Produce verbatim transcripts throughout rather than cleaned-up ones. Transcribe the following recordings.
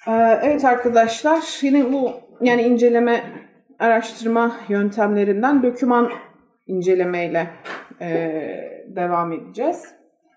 Ee, Evet arkadaşlar, yine bu yani inceleme, araştırma yöntemlerinden doküman incelemeyle e, devam edeceğiz.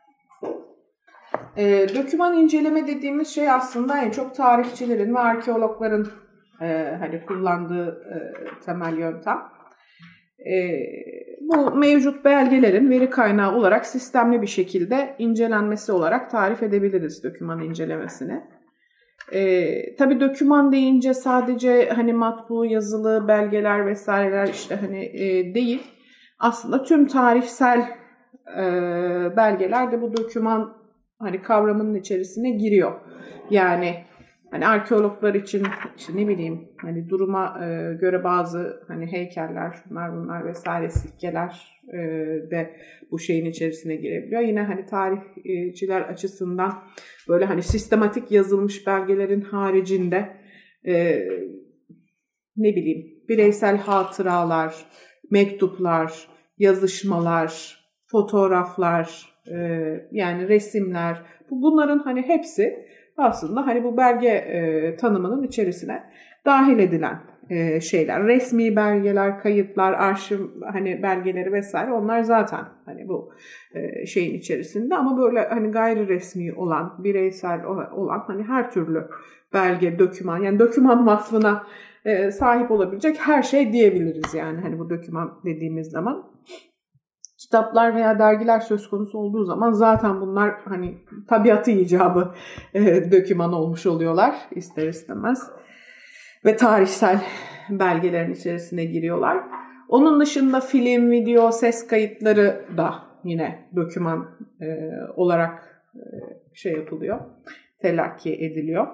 E, doküman inceleme dediğimiz şey aslında en çok tarihçilerin ve arkeologların e, hani kullandığı e, temel yöntem. E, bu mevcut belgelerin veri kaynağı olarak sistemli bir şekilde incelenmesi olarak tarif edebiliriz doküman incelemesini. Ee, tabii doküman deyince sadece hani matbu, yazılı belgeler vesaireler işte hani e, değil. Aslında tüm tarihsel e, belgeler de bu doküman hani kavramının içerisine giriyor. Yani hani arkeologlar için işte ne bileyim hani duruma e, göre bazı hani heykeller, şunlar bunlar vesaire sikkeler e, de bu şeyin içerisine girebiliyor. Yine hani tarihçiler açısından böyle hani sistematik yazılmış belgelerin haricinde e, ne bileyim bireysel hatıralar, mektuplar, yazışmalar, fotoğraflar, e, yani resimler, bunların hani hepsi aslında hani bu belge e, tanımının içerisine dahil edilen e, şeyler. Resmi belgeler, kayıtlar, arşiv hani belgeleri vesaire onlar zaten hani bu e, şeyin içerisinde, ama böyle hani gayri resmi olan, bireysel olan hani her türlü belge, doküman, yani doküman vasfına e, sahip olabilecek her şey diyebiliriz yani hani bu doküman dediğimiz zaman. Kitaplar veya dergiler söz konusu olduğu zaman zaten bunlar hani tabiatı icabı e, doküman olmuş oluyorlar ister istemez. Ve tarihsel belgelerin içerisine giriyorlar. Onun dışında film, video, ses kayıtları da yine doküman e, olarak e, şey yapılıyor, telakki ediliyor.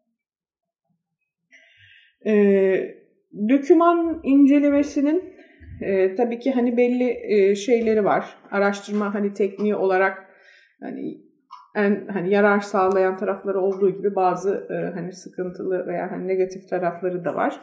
E, doküman incelemesinin e, tabii ki hani belli e, şeyleri var. Araştırma hani tekniği olarak hani en hani yarar sağlayan tarafları olduğu gibi bazı e, hani sıkıntılı veya hani negatif tarafları da var.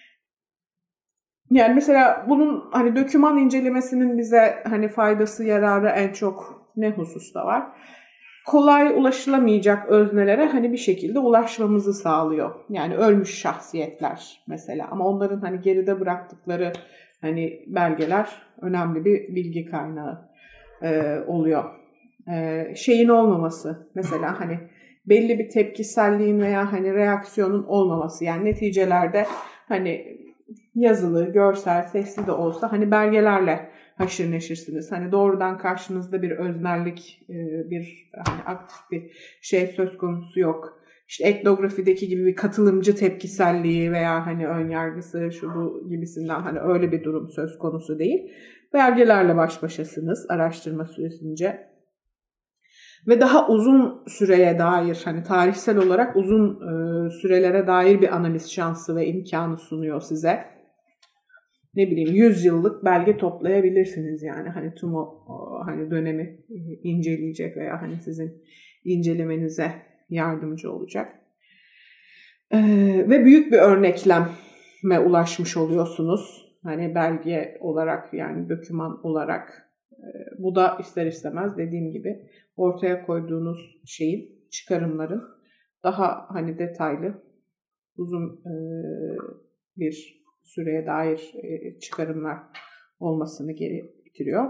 Yani mesela bunun hani doküman incelemesinin bize hani faydası, yararı en çok ne hususta var? Kolay ulaşılamayacak öznelere hani bir şekilde ulaşmamızı sağlıyor. Yani ölmüş şahsiyetler mesela, ama onların hani geride bıraktıkları hani belgeler önemli bir bilgi kaynağı e, oluyor. E, şeyin olmaması mesela hani belli bir tepkiselliğin veya hani reaksiyonun olmaması, yani neticelerde hani yazılı, görsel, sesli de olsa hani belgelerle haşır neşirsiniz. Hani doğrudan karşınızda bir öznellik, bir hani aktif bir şey söz konusu yok. İşte etnografideki gibi bir katılımcı tepkiselliği veya hani ön yargısı şu bu gibisinden hani öyle bir durum söz konusu değil. Belgelerle baş başasınız araştırma süresince. Ve daha uzun süreye dair hani tarihsel olarak uzun e, sürelere dair bir analiz şansı ve imkanı sunuyor size. Ne bileyim yüz yıllık belge toplayabilirsiniz yani hani tüm o, o hani dönemi inceleyecek veya hani sizin incelemenize yardımcı olacak. E, ve büyük bir örnekleme ulaşmış oluyorsunuz. Hani belge olarak, yani doküman olarak. E, bu da ister istemez dediğim gibi ortaya koyduğunuz şeyin, çıkarımların daha hani detaylı, uzun e, bir süreye dair e, çıkarımlar olmasını gerektiriyor.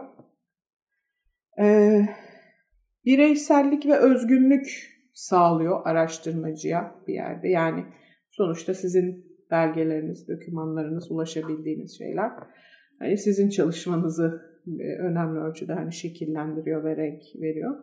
E, bireysellik ve özgünlük sağlıyor araştırmacıya bir yerde. Yani sonuçta sizin belgeleriniz, dokümanlarınız, ulaşabildiğiniz şeyler hani sizin çalışmanızı önemli ölçüde hani şekillendiriyor ve renk veriyor.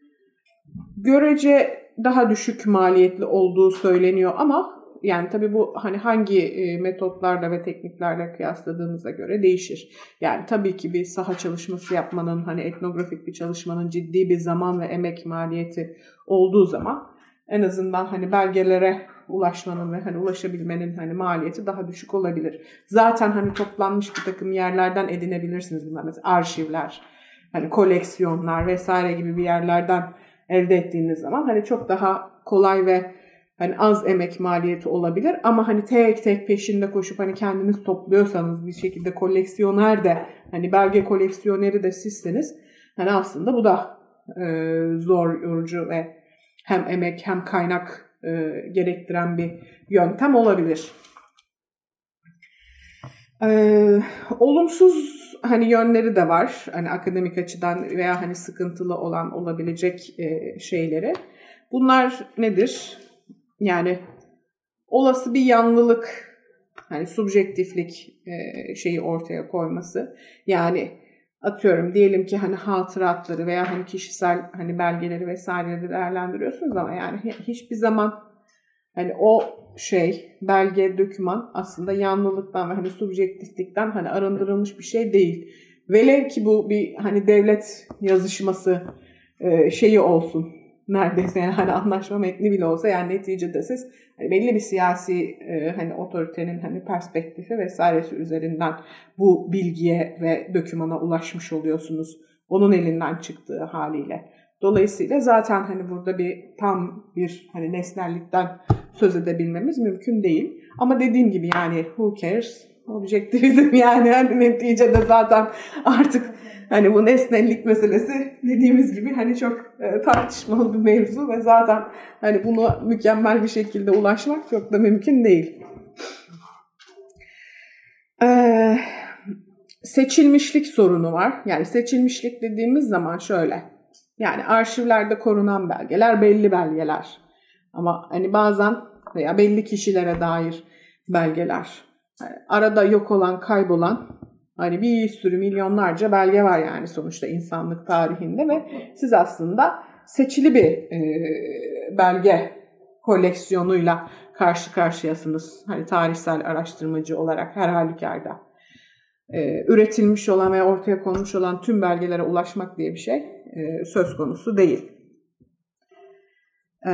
Görece daha düşük maliyetli olduğu söyleniyor, ama yani tabii bu hani hangi metotlarla ve tekniklerle kıyasladığınıza göre değişir. Yani tabii ki bir saha çalışması yapmanın, hani etnografik bir çalışmanın ciddi bir zaman ve emek maliyeti olduğu zaman en azından hani belgelere ulaşmanın ve hani ulaşabilmenin hani maliyeti daha düşük olabilir. Zaten hani toplanmış bir takım yerlerden edinebilirsiniz bunlar. Mesela arşivler, hani koleksiyonlar vesaire gibi bir yerlerden elde ettiğiniz zaman hani çok daha kolay ve hani az emek maliyeti olabilir, ama hani tek tek peşinde koşup hani kendiniz topluyorsanız, bir şekilde koleksiyoner de hani belge koleksiyoneri de sizseniz hani aslında bu da e, zor, yorucu ve hem emek hem kaynak e, gerektiren bir yöntem olabilir. Ee, olumsuz hani yönleri de var. Hani akademik açıdan veya hani sıkıntılı olan olabilecek e, şeyleri. Bunlar nedir? Yani olası bir yanlılık, hani subjektiflik e, şeyi ortaya koyması. Yani atıyorum diyelim ki hani hatıratları veya hani kişisel hani belgeleri vesaireleri değerlendiriyorsunuz ama yani hiçbir zaman hani o şey, belge, doküman aslında yanlılıktan ve hani subjektiflikten hani arındırılmış bir şey değil. Velev ki bu bir hani devlet yazışması e, şeyi olsun. Neredeyse yani hani anlaşma metni bile olsa yani neticede siz hani belli bir siyasi e, hani otoritenin hani perspektifi vesairesi üzerinden bu bilgiye ve dokümana ulaşmış oluyorsunuz. Onun elinden çıktığı haliyle. Dolayısıyla zaten hani burada bir tam bir hani nesnellikten söz edebilmemiz mümkün değil. Ama dediğim gibi yani who cares? Objektivizm yani hani neticede zaten artık hani bu nesnellik meselesi dediğimiz gibi hani çok e, tartışmalı bir mevzu ve zaten hani buna mükemmel bir şekilde ulaşmak çok da mümkün değil. Ee, seçilmişlik sorunu var. Yani seçilmişlik dediğimiz zaman şöyle. Yani arşivlerde korunan belgeler belli belgeler. Ama hani bazen veya belli kişilere dair belgeler. Yani arada yok olan, kaybolan hani bir sürü milyonlarca belge var yani sonuçta insanlık tarihinde ve siz aslında seçili bir e, belge koleksiyonuyla karşı karşıyasınız. Hani tarihsel araştırmacı olarak her halükarda. E, üretilmiş olan ve ortaya konmuş olan tüm belgelere ulaşmak diye bir şey e, söz konusu değil. E,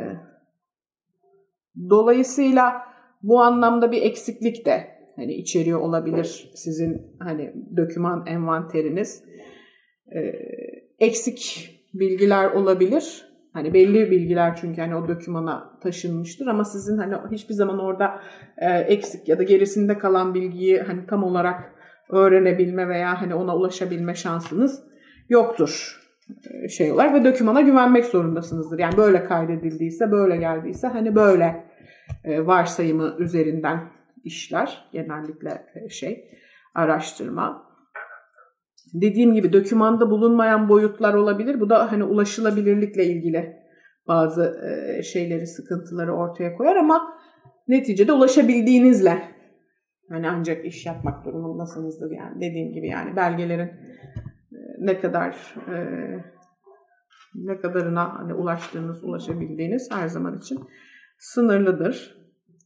dolayısıyla bu anlamda bir eksiklik de hani içeriyor olabilir sizin hani doküman envanteriniz. E, eksik bilgiler olabilir. Hani belli bilgiler çünkü hani o dokümana taşınmıştır ama sizin hani hiçbir zaman orada e, eksik ya da gerisinde kalan bilgiyi hani tam olarak öğrenebilme veya hani ona ulaşabilme şansınız yoktur e, şey olarak ve dokümana güvenmek zorundasınızdır. Yani böyle kaydedildiyse, böyle geldiyse hani böyle e, varsayımı üzerinden işler genellikle e, şey araştırma. Dediğim gibi dokümanda bulunmayan boyutlar olabilir. Bu da hani ulaşılabilirlikle ilgili bazı e, şeyleri, sıkıntıları ortaya koyar ama neticede ulaşabildiğinizle hani ancak iş yapmak durumundasınızdır yani dediğim gibi yani belgelerin e, ne kadar e, ne kadarına hani ulaştığınız, ulaşabildiğiniz her zaman için sınırlıdır.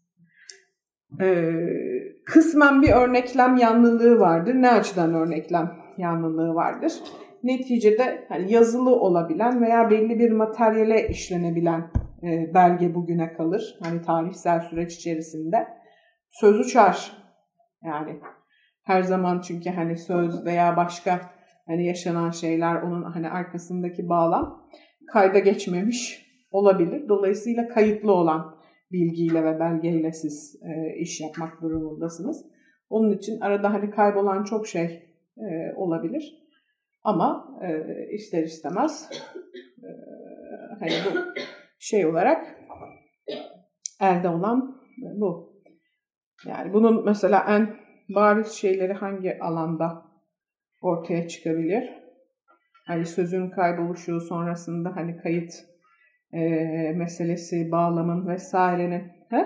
E, kısmen bir örneklem yanlılığı vardır. Ne açıdan örneklem yanlılığı vardır? Neticede hani yazılı olabilen veya belli bir materyale işlenebilen e, belge bugüne kalır. Hani tarihsel süreç içerisinde söz uçar. Yani her zaman çünkü hani söz veya başka hani yaşanan şeyler onun hani arkasındaki bağlam kayda geçmemiş olabilir. Dolayısıyla kayıtlı olan bilgiyle ve belgeyle siz e, iş yapmak durumundasınız. Onun için arada hani kaybolan çok şey e, olabilir. Ama e, ister istemez e, hani bu şey olarak elde olan bu. Yani bunun mesela en bariz şeyleri hangi alanda ortaya çıkabilir? Hani sözün kayboluşu sonrasında hani kayıt e, meselesi, bağlamın vesairenin. He?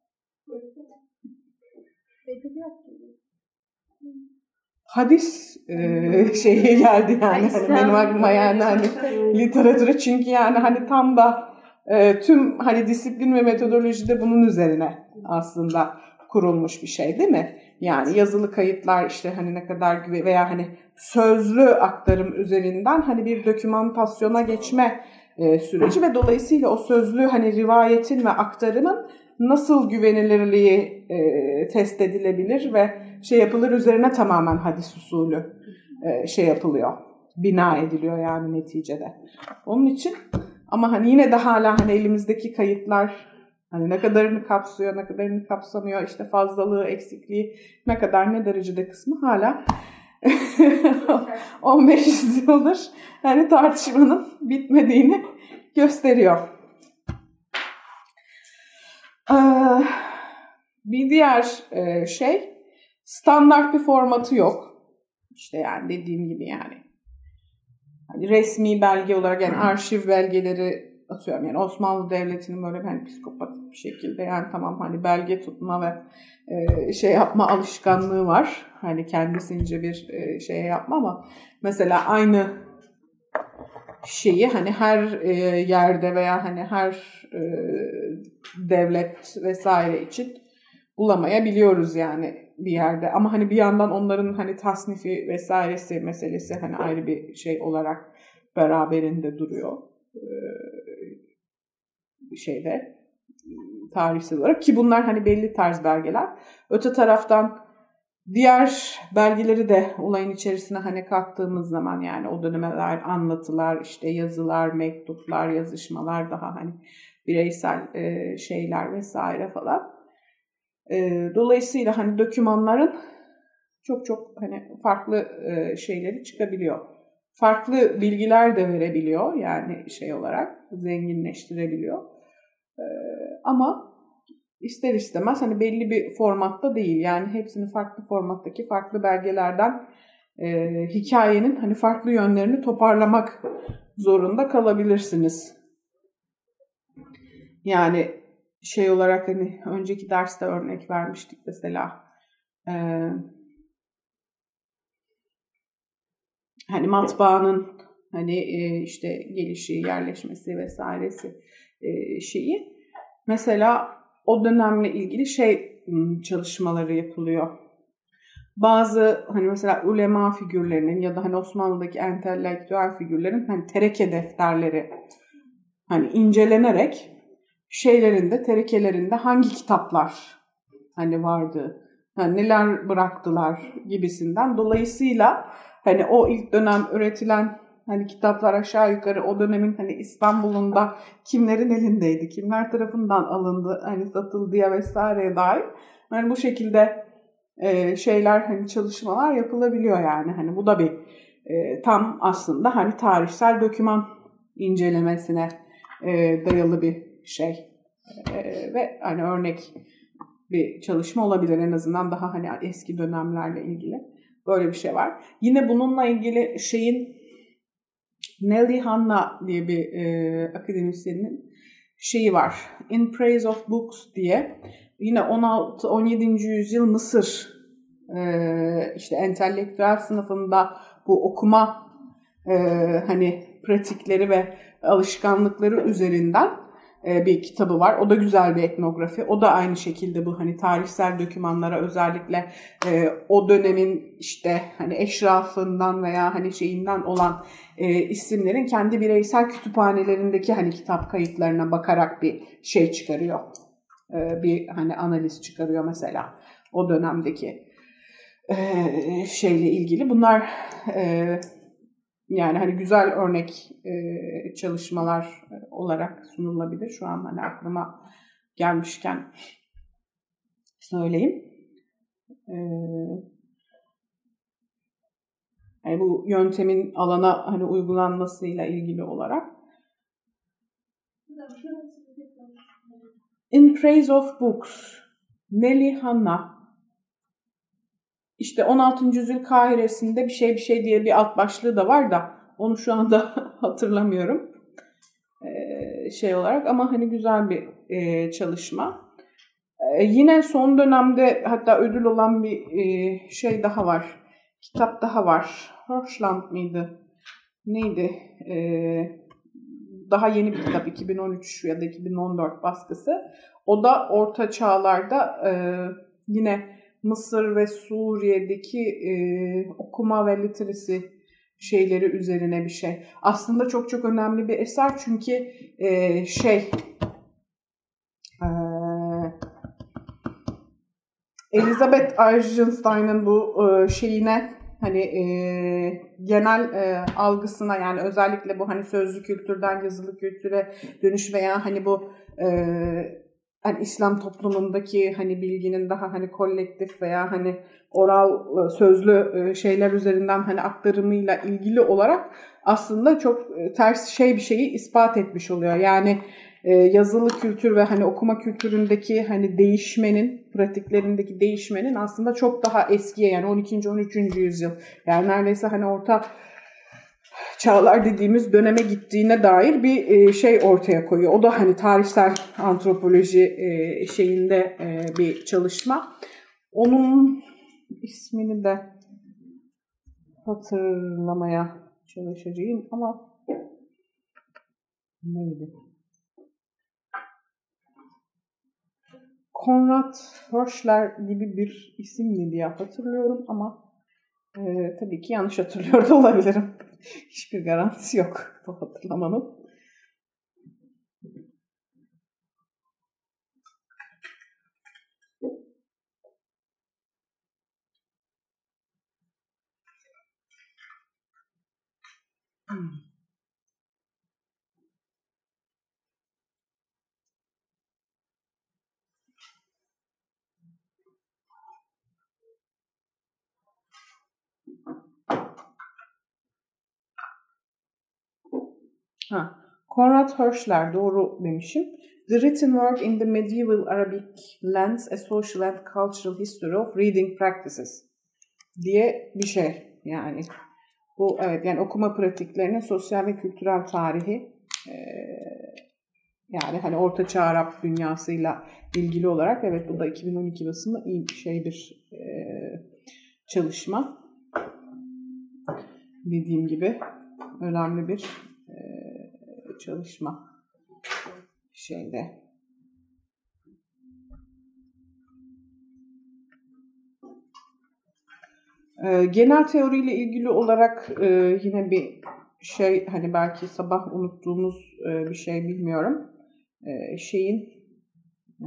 Hadis e, şeyi geldi yani hani benim aklıma yani hani literatüre çünkü yani hani tam da e, tüm hani disiplin ve metodolojide bunun üzerine aslında kurulmuş bir şey değil mi? Yani yazılı kayıtlar işte hani ne kadar veya hani sözlü aktarım üzerinden hani bir dokümantasyona geçme e, süreci ve dolayısıyla o sözlü hani rivayetin ve aktarımın nasıl güvenilirliği e, test edilebilir ve şey yapılır üzerine tamamen hadis usulü e, şey yapılıyor, bina ediliyor yani neticede. Onun için ama hani yine de hala hani elimizdeki kayıtlar hani ne kadarını kapsıyor, ne kadarını kapsamıyor, işte fazlalığı, eksikliği ne kadar ne derecede kısmı hala on beş yıldır hani tartışmanın bitmediğini gösteriyor. Ee, bir diğer e, şey, standart bir formatı yok. İşte yani dediğim gibi yani. Hani resmi belge olarak yani arşiv belgeleri atıyorum. Yani Osmanlı Devleti'nin böyle bir hani psikopatik bir şekilde yani tamam hani belge tutma ve e, şey yapma alışkanlığı var. Hani kendisince bir e, şey yapma ama mesela aynı şeyi hani her e, yerde veya hani her e, devlet vesaire için bulamayabiliyoruz yani bir yerde. Ama hani bir yandan onların hani tasnifi vesairesi meselesi hani ayrı bir şey olarak beraberinde duruyor. Ee, şeyde tarihsel olarak ki bunlar hani belli tarz belgeler. Öte taraftan diğer belgeleri de olayın içerisine hani kattığımız zaman yani o döneme dair anlatılar, işte yazılar, mektuplar, yazışmalar daha hani bireysel e, şeyler vesaire falan. E, dolayısıyla hani dokümanların çok çok hani farklı e, şeyleri çıkabiliyor. Farklı bilgiler de verebiliyor yani şey olarak zenginleştirebiliyor. E, ama ister istemez hani belli bir formatta değil yani hepsini farklı formattaki farklı belgelerden e, hikayenin hani farklı yönlerini toparlamak zorunda kalabilirsiniz. Yani şey olarak hani önceki derste örnek vermiştik mesela e, hani matbaanın hani e, işte gelişi, yerleşmesi vesairesi e, şeyi mesela o dönemle ilgili şey çalışmaları yapılıyor. Bazı hani mesela ulema figürlerinin ya da hani Osmanlı'daki entelektüel figürlerin hani tereke defterleri hani incelenerek şeylerinde, terekelerinde hangi kitaplar hani vardı, hani neler bıraktılar gibisinden. Dolayısıyla hani o ilk dönem üretilen hani kitaplar aşağı yukarı o dönemin hani İstanbul'unda kimlerin elindeydi, kimler tarafından alındı, hani satıldıya vesaireye dair. Hani bu şekilde e, şeyler hani çalışmalar yapılabiliyor yani. Hani bu da bir e, tam aslında hani tarihsel doküman incelemesine e, dayalı bir şey. E, ve hani örnek bir çalışma olabilir en azından daha hani eski dönemlerle ilgili. Böyle bir şey var. Yine bununla ilgili şeyin Nelly Hanna diye bir e, akademisyenin şeyi var. In Praise of Books diye. Yine on altı on yedinci yüzyıl Mısır e, işte entelektüel sınıfında bu okuma e, hani pratikleri ve alışkanlıkları üzerinden e, bir kitabı var. O da güzel bir etnografi. O da aynı şekilde bu hani tarihsel dokümanlara özellikle e, o dönemin işte hani eşrafından veya hani şeyinden olan e, isimlerin kendi bireysel kütüphanelerindeki hani kitap kayıtlarına bakarak bir şey çıkarıyor. E, bir hani analiz çıkarıyor mesela o dönemdeki e, şeyle ilgili. Bunlar e, yani hani güzel örnek e, çalışmalar olarak sunulabilir. Şu an hani aklıma gelmişken söyleyeyim. E, yani bu yöntemin alana hani uygulanmasıyla ilgili olarak. In Praise of Books, Nelly Hanna. İşte on altıncı yüzyıl Kahire'sinde bir şey bir şey diye bir alt başlığı da var da onu şu anda hatırlamıyorum ee, şey olarak ama hani güzel bir e, çalışma. Ee, yine son dönemde hatta ödül olan bir e, şey daha var. Kitap daha var. Hirschland mıydı? Neydi? Ee, daha yeni bir kitap iki bin on üç ya da iki bin on dört baskısı. O da orta çağlarda e, yine Mısır ve Suriye'deki e, okuma ve literasi şeyleri üzerine bir şey. Aslında çok çok önemli bir eser çünkü e, şey e, Elizabeth Eisenstein'ın bu e, şeyine hani e, genel e, algısına yani özellikle bu hani sözlü kültürden yazılı kültüre dönüş veya hani bu e, hani İslam toplumundaki hani bilginin daha hani kolektif veya hani oral sözlü şeyler üzerinden hani aktarımıyla ilgili olarak aslında çok ters şey bir şeyi ispat etmiş oluyor. Yani e, yazılı kültür ve hani okuma kültüründeki hani değişmenin, pratiklerindeki değişmenin aslında çok daha eskiye, yani on ikinci on üçüncü yüzyıl, yani neredeyse hani orta çağlar dediğimiz döneme gittiğine dair bir e, şey ortaya koyuyor. O da hani tarihsel antropoloji e, şeyinde e, bir çalışma. Onun ismini de hatırlamaya çalışacağım ama neydi? Konrad Hirschler gibi bir isimli diye hatırlıyorum ama e, tabii ki yanlış hatırlıyor da olabilirim. Hiçbir garantisi yok bu hatırlamanın. Hmm. Ha, Konrad Hirschler, doğru demişim. The Written Word in the Medieval Arabic Lens, A Social and Cultural History of Reading Practices diye bir şey yani. Bu evet, yani okuma pratiklerinin sosyal ve kültürel tarihi, e, yani hani Orta Çağ Arap dünyasıyla ilgili olarak, evet, bu da iki bin on iki basımı iyi şey bir e, çalışma. Dediğim gibi önemli bir e, çalışma şeyde. E, genel teoriyle ilgili olarak e, yine bir şey, hani belki sabah unuttuğumuz e, bir şey, bilmiyorum. E, şeyin e,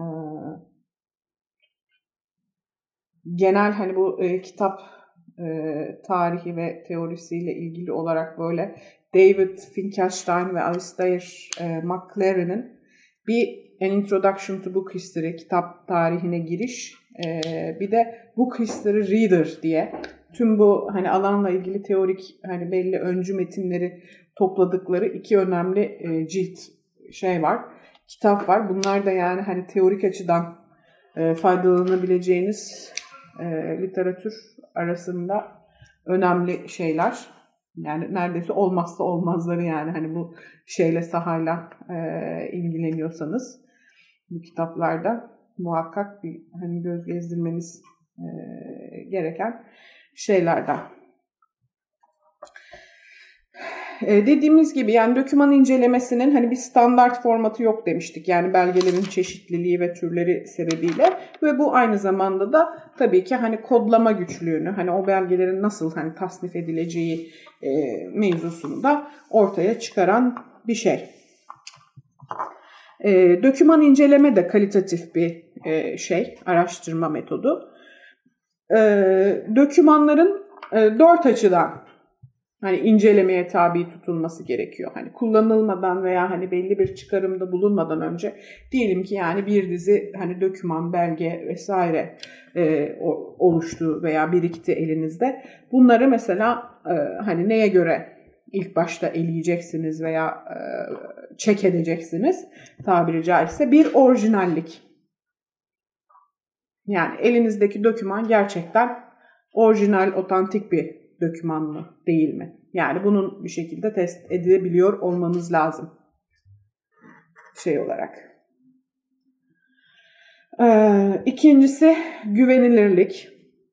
genel hani bu e, kitap e, tarihi ve teorisiyle ilgili olarak böyle David Finkelstein ve Alistair e, McLaren'in bir An Introduction to Book History, kitap tarihine giriş, e, bir de Book History Reader diye tüm bu hani alanla ilgili teorik hani belli öncü metinleri topladıkları iki önemli e, cilt şey var, kitap var. Bunlar da yani hani teorik açıdan e, faydalanabileceğiniz e, literatür arasında önemli şeyler. Yani neredeyse olmazsa olmazları, yani hani bu şeyle, sahayla e, ilgileniyorsanız bu kitaplarda muhakkak bir hani göz gezdirmeniz e, gereken şeylerden. Ee, dediğimiz gibi yani doküman incelemesinin hani bir standart formatı yok demiştik. Yani belgelerin çeşitliliği ve türleri sebebiyle ve bu aynı zamanda da tabii ki hani kodlama güçlüğünü, hani o belgelerin nasıl hani tasnif edileceği e, mevzusunu da ortaya çıkaran bir şey. E, doküman inceleme de kalitatif bir e, şey, araştırma metodu. E, dokümanların e, dört açıdan hani incelemeye tabi tutulması gerekiyor. Hani kullanılmadan veya hani belli bir çıkarımda bulunmadan önce, diyelim ki yani bir dizi hani doküman, belge vesaire e, oluştu veya birikti elinizde. Bunları mesela e, hani neye göre ilk başta eleyeceksiniz veya e, check edeceksiniz tabiri caizse? Bir, orijinallik. Yani elinizdeki doküman gerçekten orijinal, otantik bir doküman mı, değil mi? Yani bunun bir şekilde test edilebiliyor olmanız lazım. Şey olarak. Ee, ikincisi güvenilirlik.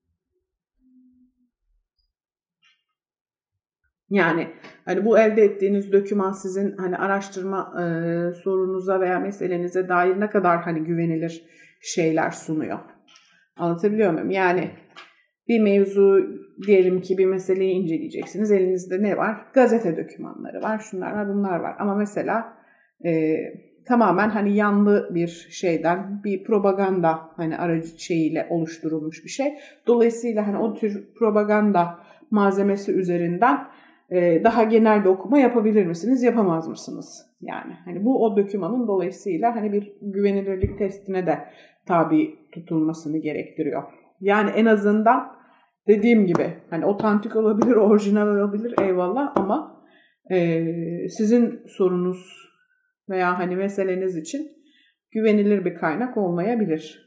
Yani hani bu elde ettiğiniz doküman sizin hani araştırma e, sorunuza veya meselenize dair ne kadar hani güvenilir şeyler sunuyor. Anlatabiliyor muyum? Yani bir mevzu, diyelim ki bir meseleyi inceleyeceksiniz. Elinizde ne var? Gazete dokümanları var, şunlar var, bunlar var. Ama mesela e, tamamen hani yanlı bir şeyden, bir propaganda hani aracı şeyiyle oluşturulmuş bir şey. Dolayısıyla hani o tür propaganda malzemesi üzerinden e, daha genel bir okuma yapabilir misiniz, yapamaz mısınız? Yani hani bu o dokümanın dolayısıyla hani bir güvenilirlik testine de tabi tutulmasını gerektiriyor. Yani en azından dediğim gibi hani otantik olabilir, orijinal olabilir, eyvallah, ama e, sizin sorunuz veya hani meseleniz için güvenilir bir kaynak olmayabilir.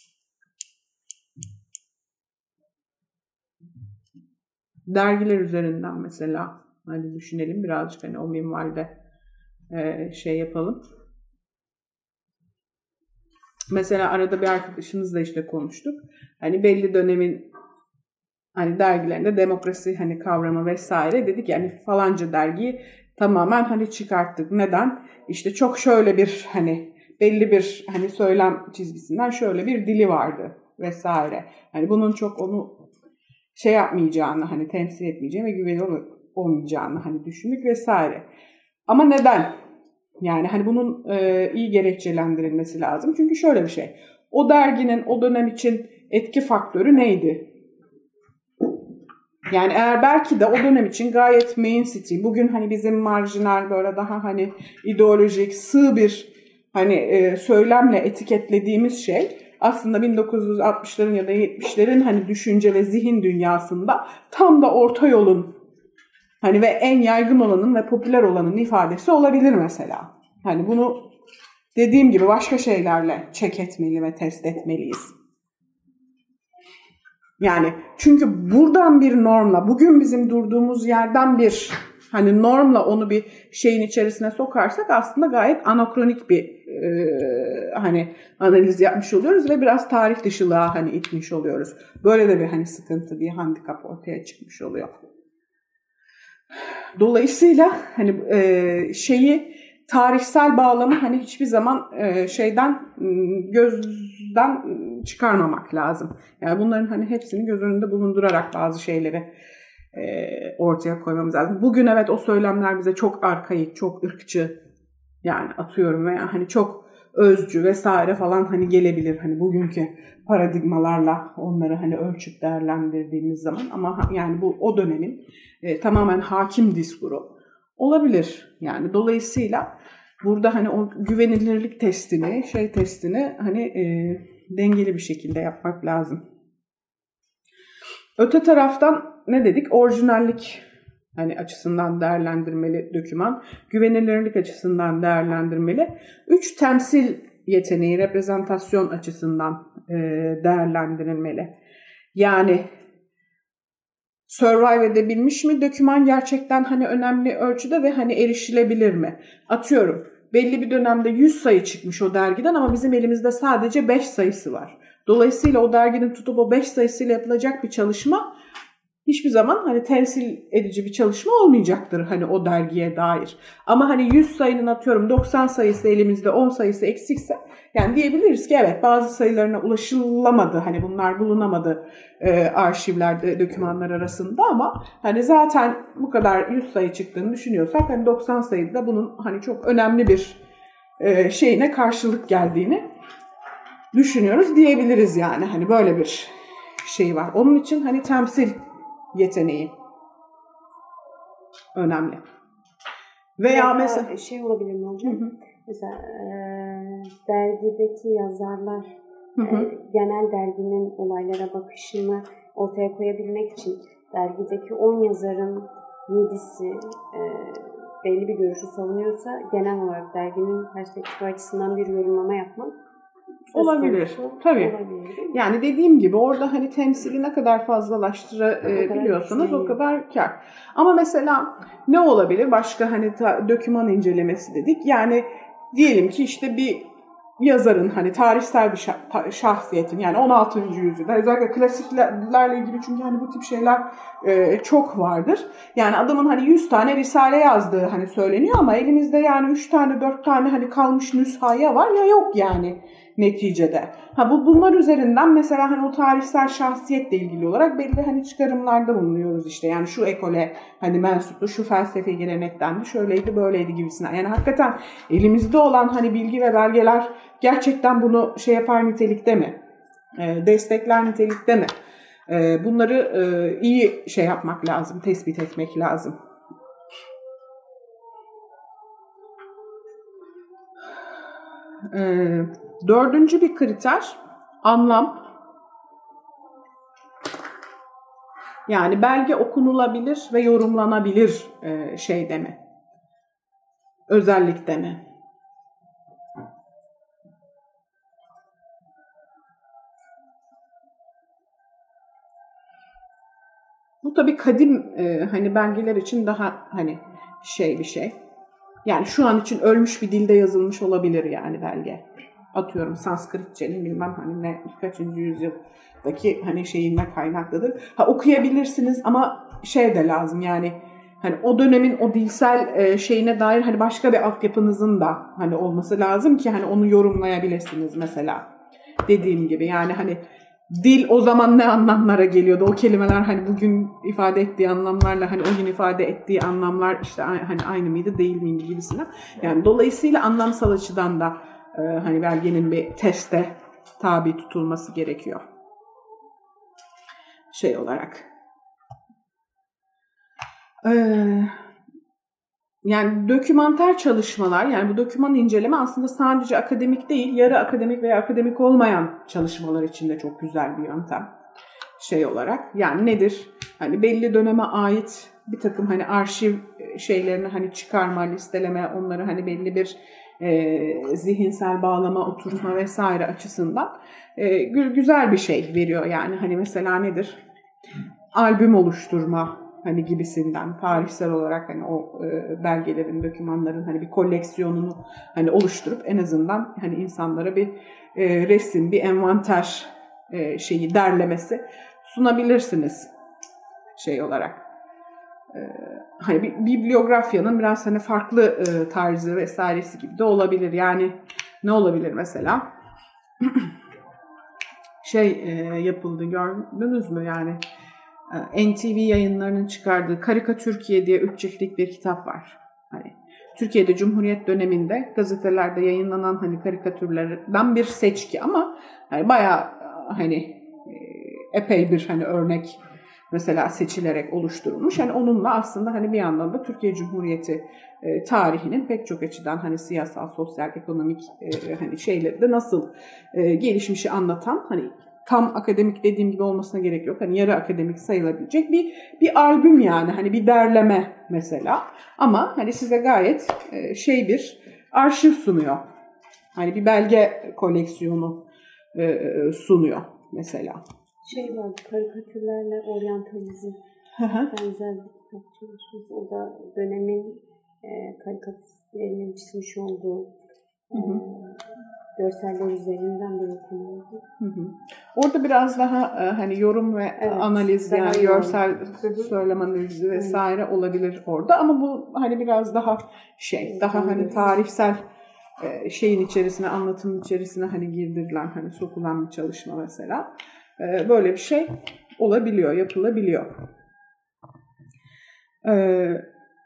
Dergiler üzerinden mesela hani düşünelim birazcık, hani o minvalde e, şey yapalım. Mesela arada bir arkadaşınızla işte konuştuk. Hani belli dönemin hani dergilerinde demokrasi hani kavramı vesaire dedik, yani falanca dergiyi tamamen hani çıkarttık. Neden? İşte çok şöyle bir hani belli bir hani söylem çizgisinden şöyle bir dili vardı vesaire. Hani bunun çok onu şey yapmayacağını, hani temsil etmeyeceğini ve güvenilir olmayacağını hani düşündük vesaire. Ama neden? Yani hani bunun e, iyi gerekçelendirilmesi lazım. Çünkü şöyle bir şey. O derginin o dönem için etki faktörü neydi? Yani eğer belki de o dönem için gayet mainstream, bugün hani bizim marjinal böyle daha hani ideolojik, sığ bir hani e, söylemle etiketlediğimiz şey aslında bin dokuz yüz altmışların ya da yetmişlerin hani düşünce ve zihin dünyasında tam da orta yolun hani ve en yaygın olanın ve popüler olanın ifadesi olabilir mesela. Hani bunu dediğim gibi başka şeylerle check etmeli ve test etmeliyiz. Yani çünkü buradan bir normla, bugün bizim durduğumuz yerden bir hani normla onu bir şeyin içerisine sokarsak aslında gayet anakronik bir e, hani analiz yapmış oluyoruz ve biraz tarih dışılığa hani itmiş oluyoruz. Böyle de bir hani sıkıntı, bir handikap ortaya çıkmış oluyor. Dolayısıyla hani e, şeyi tarihsel bağlamı hani hiçbir zaman e, şeyden gözden çıkarmamak lazım. Yani bunların hani hepsini göz önünde bulundurarak bazı şeyleri e, ortaya koymamız lazım. Bugün evet o söylemler bize çok arkaik, çok ırkçı, yani atıyorum veya hani çok özcü vesaire falan hani gelebilir hani bugünkü paradigmalarla onları hani ölçüp değerlendirdiğimiz zaman, ama yani bu o dönemin e, tamamen hakim diskuru olabilir. Yani dolayısıyla burada hani o güvenilirlik testini, şey testini hani e, dengeli bir şekilde yapmak lazım. Öte taraftan ne dedik? Orijinallik hani açısından değerlendirmeli doküman, güvenilirlik açısından değerlendirmeli. Üç, temsil yeteneği, reprezentasyon açısından e, değerlendirilmeli. Yani survive edebilmiş mi doküman gerçekten hani önemli ölçüde ve hani erişilebilir mi? Atıyorum belli bir dönemde yüz sayı çıkmış o dergiden ama bizim elimizde sadece beş sayısı var. Dolayısıyla o derginin tutup o beş sayısıyla yapılacak bir çalışma hiçbir zaman hani temsil edici bir çalışma olmayacaktır hani o dergiye dair. Ama hani yüz sayının atıyorum doksan sayısı elimizde, on sayısı eksikse yani diyebiliriz ki evet bazı sayılarına ulaşılamadı, hani bunlar bulunamadı e, arşivlerde, dokümanlar arasında, ama hani zaten bu kadar yüz sayı çıktığını düşünüyorsak hani doksan sayıda bunun hani çok önemli bir e, şeyine karşılık geldiğini düşünüyoruz diyebiliriz yani. Hani böyle bir şey var. Onun için hani temsil yeteneği önemli. Veya mesela şey olabilir mi hocam? Hı hı. Mesela e, dergideki yazarlar hı hı. E, genel derginin olaylara bakışını ortaya koyabilmek için dergideki on yazarın yedisi e, belli bir görüşü savunuyorsa genel olarak derginin perspektifi açısından bir yorumlama yapmak olabilir. Tabii. Olabilir, yani dediğim gibi orada hani temsili ne kadar fazlalaştırabiliyorsanız o kadar kâr. Ama mesela ne olabilir? Başka hani ta, doküman incelemesi dedik. Yani diyelim ki işte bir yazarın hani tarihsel bir şah, şahsiyetin, yani on altıncı yüzyılda özellikle klasiklerle ilgili, çünkü hani bu tip şeyler e, çok vardır. Yani adamın hani yüz tane risale yazdığı hani söyleniyor ama elimizde yani üç tane dört tane hani kalmış nüshaya var ya yok yani neticede. Ha bu bunlar üzerinden mesela hani o tarihsel şahsiyetle ilgili olarak belli hani çıkarımlarda bulunuyoruz işte. Yani şu ekole hani mensuplu, şu felsefi gelenektendi, şöyleydi, böyleydi gibisinden. Yani hakikaten elimizde olan hani bilgi ve belgeler gerçekten bunu şey yapar nitelikte mi? E, destekler nitelikte mi? E, bunları e, iyi şey yapmak lazım, tespit etmek lazım. E, dördüncü bir kriter anlam. Yani belge okunulabilir ve yorumlanabilir e, şey deme. Özellikle mi? Bu tabii kadim e, hani belgeler için daha hani şey bir şey. Yani şu an için ölmüş bir dilde yazılmış olabilir yani belge. Atıyorum Sanskritçenin bilmem hani ne kaçıncı yüzyıldaki hani şeyinden kaynaklıdır. Ha okuyabilirsiniz ama şey de lazım yani hani o dönemin o dilsel e, şeyine dair hani başka bir altyapınızın da hani olması lazım ki hani onu yorumlayabilirsiniz mesela. Dediğim gibi yani hani dil o zaman ne anlamlara geliyordu? O kelimeler hani bugün ifade ettiği anlamlarla hani o gün ifade ettiği anlamlar işte hani aynı mıydı değil miydi gibisinden. Yani dolayısıyla anlamsal açıdan da e, hani belgenin bir teste tabi tutulması gerekiyor. Şey olarak. Ee, yani dokümanter çalışmalar, yani bu doküman inceleme aslında sadece akademik değil, yarı akademik veya akademik olmayan çalışmalar için de çok güzel bir yöntem. Şey olarak, yani nedir? Hani belli döneme ait bir takım hani arşiv şeylerini hani çıkarma, listeleme, onları hani belli bir e, zihinsel bağlama, oturtma vesaire açısından e, güzel bir şey veriyor yani. Hani mesela nedir? Albüm oluşturma hani gibisinden tarihsel olarak hani o e, belgelerin, dokümanların hani bir koleksiyonunu hani oluşturup en azından hani insanlara bir e, resim, bir envanter e, şeyi derlemesi sunabilirsiniz şey olarak. E, hani bir bibliografyanın biraz hani farklı e, tarzı vesairesi gibi de olabilir. Yani ne olabilir mesela? şey e, yapıldı gördünüz mü yani? N T V yayınlarının çıkardığı Karikatürkiye diye üç ciltlik bir kitap var. Hani Türkiye'de Cumhuriyet döneminde gazetelerde yayınlanan hani karikatürlerden bir seçki ama hani bayağı hani epey bir hani örnek mesela seçilerek oluşturulmuş. Hani onunla aslında hani bir yandan da Türkiye Cumhuriyeti e, tarihinin pek çok açıdan hani siyasal, sosyal, ekonomik e, hani şeyleri de nasıl e, gelişmişi anlatan hani tam akademik dediğim gibi olmasına gerek yok. Hani yarı akademik sayılabilecek bir bir albüm yani hani bir derleme mesela. Ama hani size gayet e, şey bir arşiv sunuyor. Hani bir belge koleksiyonu e, sunuyor mesela. Şey var, karikatürlerle oryantalizm benzer bir kitap çalışması. O da dönemin e, karikatürlerinin çizmiş olduğu e, görseller üzerinden bir okumaydı. Orada biraz daha e, hani yorum ve evet, analiz yani yoğun. Görsel söylem analizi vesaire evet. olabilir orada ama bu hani biraz daha şey evet, daha hani evet. tarihsel e, şeyin içerisine anlatımın içerisine hani girdirilen hani sokulan bir çalışma mesela. E, böyle bir şey olabiliyor, yapılabiliyor. Eee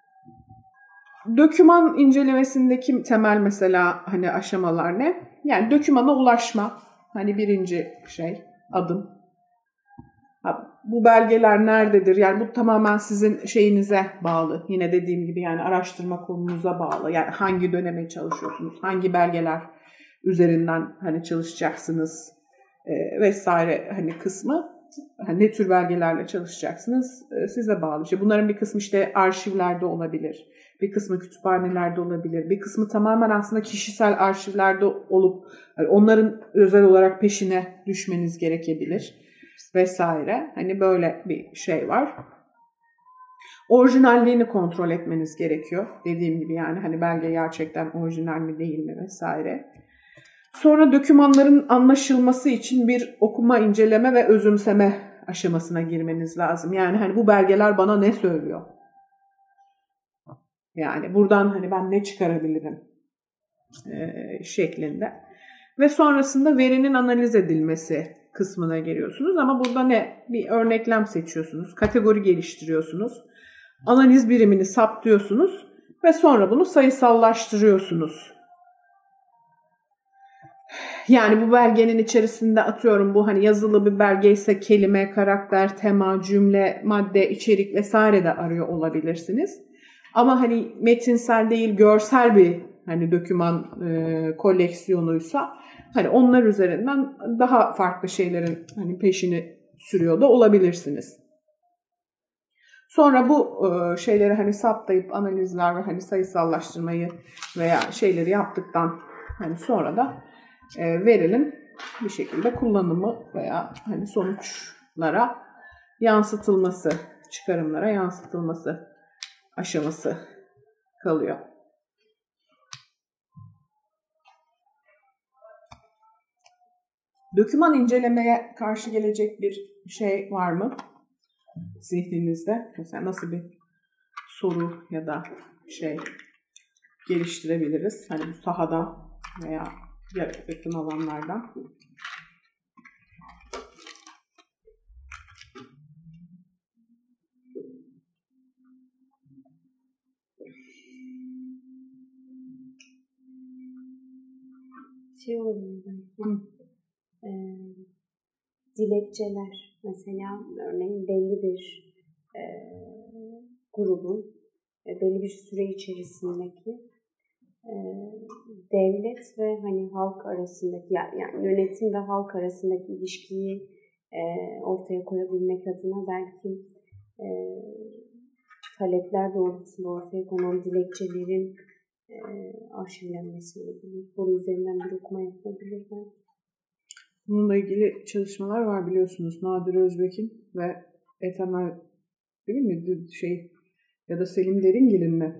Doküman incelemesindeki temel mesela hani aşamalar ne? Yani dokümana ulaşma. Hani birinci şey, adım. Ha, bu belgeler nerededir? Yani bu tamamen sizin şeyinize bağlı. Yine dediğim gibi yani araştırma konunuza bağlı. Yani hangi döneme çalışıyorsunuz? Hangi belgeler üzerinden hani çalışacaksınız? E, vesaire hani kısmı. Hani ne tür belgelerle çalışacaksınız? E, size bağlı. İşte bunların bir kısmı işte arşivlerde olabilir. Bir kısmı kütüphanelerde olabilir. Bir kısmı tamamen aslında kişisel arşivlerde olup yani onların özel olarak peşine düşmeniz gerekebilir vesaire. Hani böyle bir şey var. Orijinalliğini kontrol etmeniz gerekiyor. Dediğim gibi yani hani belge gerçekten orijinal mi değil mi vesaire. Sonra dokümanların anlaşılması için bir okuma, inceleme ve özümseme aşamasına girmeniz lazım. Yani hani bu belgeler bana ne söylüyor? Yani buradan hani ben ne çıkarabilirim ee, şeklinde. Ve sonrasında verinin analiz edilmesi kısmına geliyorsunuz. Ama burada ne? Bir örneklem seçiyorsunuz. Kategori geliştiriyorsunuz. Analiz birimini saptıyorsunuz. Ve sonra bunu sayısallaştırıyorsunuz. Yani bu belgenin içerisinde atıyorum bu hani yazılı bir belge ise kelime, karakter, tema, cümle, madde, içerik vesaire de arıyor olabilirsiniz. Ama hani metinsel değil görsel bir hani doküman e, koleksiyonuysa hani onlar üzerinden daha farklı şeylerin hani peşini sürüyor da olabilirsiniz. Sonra bu e, şeyleri hani saptayıp analizler ve hani sayısallaştırmayı veya şeyleri yaptıktan hani sonra da e, verinin bir şekilde kullanımı veya hani sonuçlara yansıtılması çıkarımlara yansıtılması aşaması kalıyor. Doküman incelemeye karşı gelecek bir şey var mı zihninizde? Mesela nasıl bir soru ya da şey geliştirebiliriz? Hani bu sahadan veya yakın alanlardan. Şey olabilir belki. E, dilekçeler mesela örneğin belli bir e, grubun e, belli bir süre içerisindeki e, devlet ve hani halk arasındaki yani yönetim ve halk arasındaki ilişkiyi e, ortaya koyabilmek adına belki e, talepler doğrultusunda ortaya konan dilekçelerin e, arşivlenmesi olabilir. Bunun üzerinden bir okuma yapılabilir belki. Bununla ilgili çalışmalar var biliyorsunuz. Nadir Özbek'in ve Ethem değil mi? Şey ya da Selim Deringil'in mi?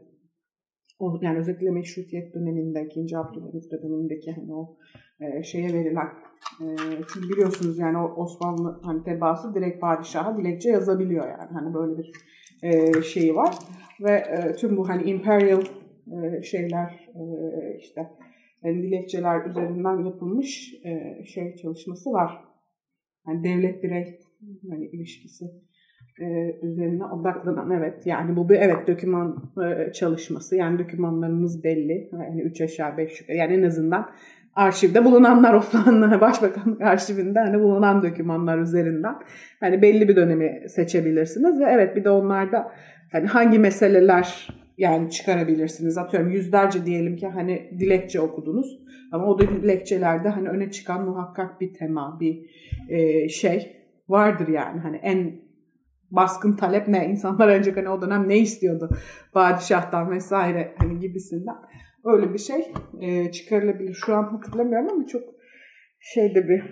O, yani özellikle Meşrutiyet döneminde, ikinci. Abdülhamit dönemindeki hani o e, şeye verilen e, çünkü biliyorsunuz yani o Osmanlı hani tebaası direkt padişaha dilekçe yazabiliyor yani. Hani böyle bir e, şeyi var ve e, tüm bu hani imperial e, şeyler e, işte yani dilekçeler üzerinden yapılmış e, şey çalışması var. Yani devlet birey yani ilişkisi e, üzerine odaklanan evet yani bu bir evet doküman e, çalışması yani dokümanlarımız belli yani üç aşağı beş yukarı yani en azından arşivde bulunanlar Osmanlı Başbakanlık arşivinde hani bulunan dokümanlar üzerinden hani belli bir dönemi seçebilirsiniz ve evet bir de onlarda hani hangi meseleler yani çıkarabilirsiniz. Atıyorum yüzlerce diyelim ki hani dilekçe okudunuz. Ama o dilekçelerde hani öne çıkan muhakkak bir tema, bir e, şey vardır yani. Hani en baskın talep ne? İnsanlar önce hani o dönem ne istiyordu? Padişah'tan vesaire hani gibisinden. Öyle bir şey e, çıkarılabilir. Şu an hatırlamıyorum ama çok şeyde bir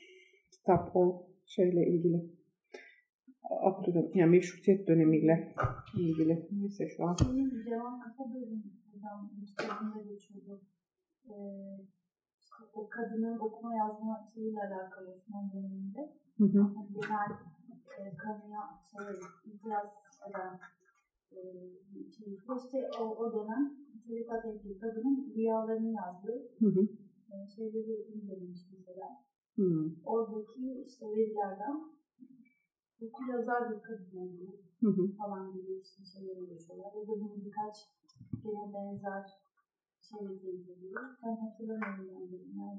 kitap o şeyle ilgili. Abdülhamit, yani Meşrutiyet dönemiyle ilgili. Neyse şu an. Cevan Kapadır'ın kitabında geçiyordu. Ee, işte o kadının okuma yazma şeyiyle alakalı Osmanlı döneminde. Hı hı. Genel e, kamuya şey, itiraz eden e, şey. İşte o, o dönem tarikat ehli kadının rüyalarını yazdığı hı hı. E, şeyleri indirmiş mesela. Hı. Oradaki işte verilerden okur yazar bir kadın olduğu hı hı. falan gibi işte şeyler ulaşıyorlar. Ya da bunun birkaç gene benzer şeyle ilgili. Ben hatırlamıyorum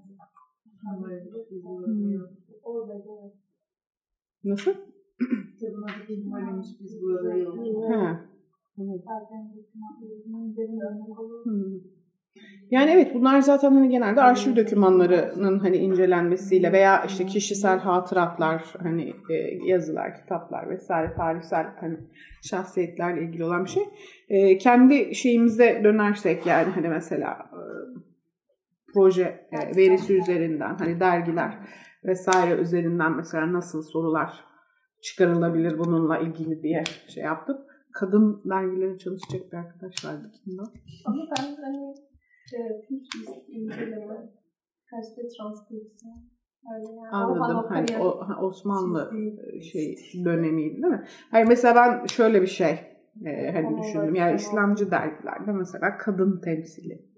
yani. Orada da nasıl? kitabın adı benim öğrenmiş biz burada yok. Ha. Evet. Zaten dokümanlarının üzerine örnek olur. Yani evet bunlar zaten hani genelde arşiv dokümanlarının hani incelenmesiyle veya işte kişisel hatıratlar hani e, yazılar, kitaplar vesaire tarihsel hani şahsiyetlerle ilgili olan bir şey. E, kendi şeyimize dönersek yani hani mesela e, proje e, verisi üzerinden hani dergiler vesaire üzerinden mesela nasıl sorular çıkarılabilir bununla ilgili diye şey yaptım. Kadın dergileri çalışacak bir arkadaş vardı kimde? Ama ben hani fiş inceleme, gazete transkripsiyon. Yani anladım. Hani o Osmanlı şey dönemiydi değil mi? Hayır mesela ben şöyle bir şey e, hani tamam, düşündüm. Yani tamam. İslamcı dergilerde mesela kadın temsili.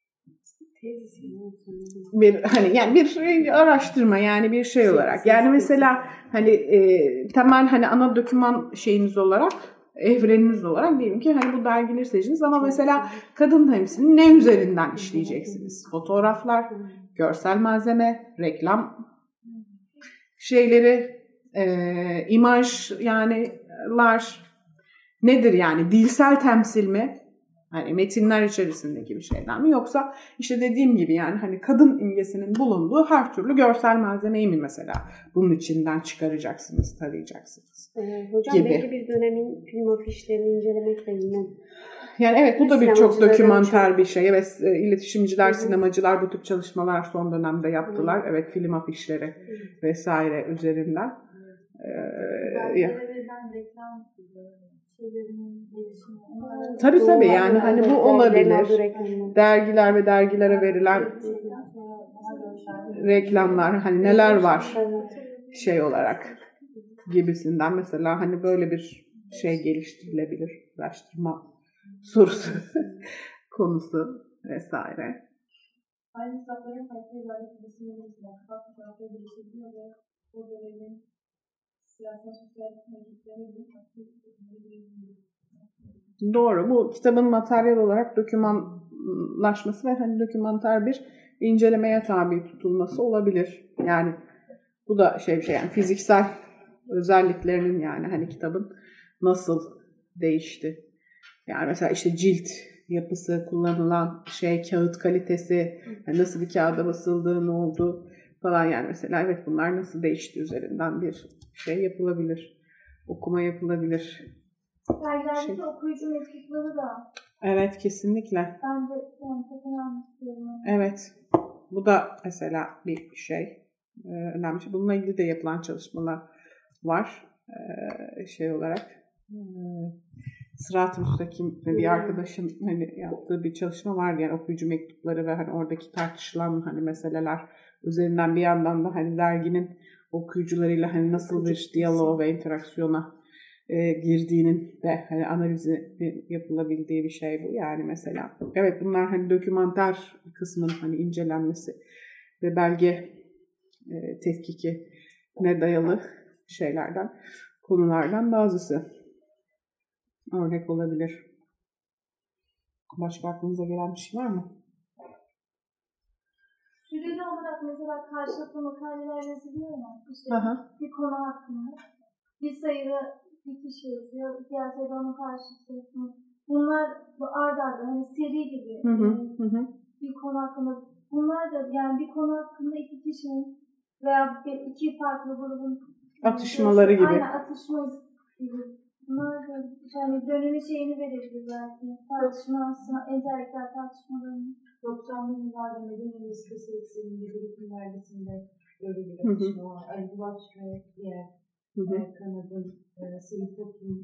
Bir hani yani bir araştırma yani bir şey olarak. Yani mesela hani e, temel hani ana doküman şeyiniz olarak evreniniz olarak diyelim ki hani bu dergileri seçiniz ama mesela kadın temsilini ne üzerinden işleyeceksiniz? Fotoğraflar, görsel malzeme, reklam şeyleri, e, imaj yani lar nedir yani dilsel temsil mi? Hani metinler içerisindeki bir şeyden mi yoksa işte dediğim gibi yani hani kadın imgesinin bulunduğu her türlü görsel malzemeyi mi mesela bunun içinden çıkaracaksınız, tarayacaksınız ee, hocam gibi. Belli bir dönemin film afişlerini incelemek de yine. Yani evet bu da bir çok dokümanter bir şey. Evet iletişimciler, Hı-hı. sinemacılar bu tip çalışmalar son dönemde yaptılar. Hı-hı. Evet film afişleri Hı-hı. vesaire üzerinden. Ee, ya. verilen reklam şeylerinin gelişimi. Tabii tabii yani hani bu olabilir. Dergiler ve dergilere verilen reklamlar hani neler var şey olarak gibisinden mesela hani böyle bir şey geliştirilebilir. Araştırma sorusu konusu vesaire. Aynı hesapların farklı ibadet kesimlerimizle farklı farklı gelişebiliyor ve o dönemin siyasal sosyal mevcutlarıyla farklı gelişebiliyor. Doğru. Bu kitabın materyal olarak dokümanlaşması ve hani dokümanter bir incelemeye tabi tutulması olabilir. Yani bu da şey bir şey yani fiziksel özelliklerinin yani hani kitabın nasıl değişti. Yani mesela işte cilt yapısı, kullanılan şey, kağıt kalitesi, yani nasıl bir kağıda basıldığı, ne oldu falan yani mesela evet bunlar nasıl değişti üzerinden bir şey yapılabilir. Okuma yapılabilir. Dergilerdeki şey. Okuyucu mektupları da. Evet kesinlikle. Ben de yani çok önemli istiyorum. Evet. Bu da mesela bir şey. Ee, önemli şey. Bununla ilgili de yapılan çalışmalar var. Ee, şey olarak. E, Sırat-ı Müstakim bir arkadaşın hani yaptığı bir çalışma var yani okuyucu mektupları ve hani oradaki tartışılan hani meseleler üzerinden bir yandan da hani derginin okuyucularıyla hani nasıl bir diyalog ve interaksiyona e, girdiğinin de hani analizi yapılabildiği bir şey bu yani mesela. Evet bunlar hani dokümanter kısmın hani incelenmesi ve belge e, tetkiki ne dayalı şeylerden, konulardan bazısı. Örnek olabilir. Başka aklınıza gelen bir şey var mı? Süreli olarak mesela karşılıklı makaleler yazılıyor ya. İşte Aha. bir konu hakkında. Bir sayıda bir kişi yazıyor. Diğer sayıda onun karşılıklı yazıyor. Bunlar ard arda hani seri gibi hı hı, hı. bir konu hakkında. Bunlar da yani bir konu hakkında iki kişinin veya iki farklı grubun atışmaları gibi. Aynen atışma gibi. Bunlar da yani dönemin şeyini verebilir belki. Tartışma, özellikler tartışmalarını. doksanlı yıllarda Medine Üniversitesi ekseninde birikim vergisinde böyle bir atışma var. Ali Bulaç ve diğer Kanad'ın sivil toplum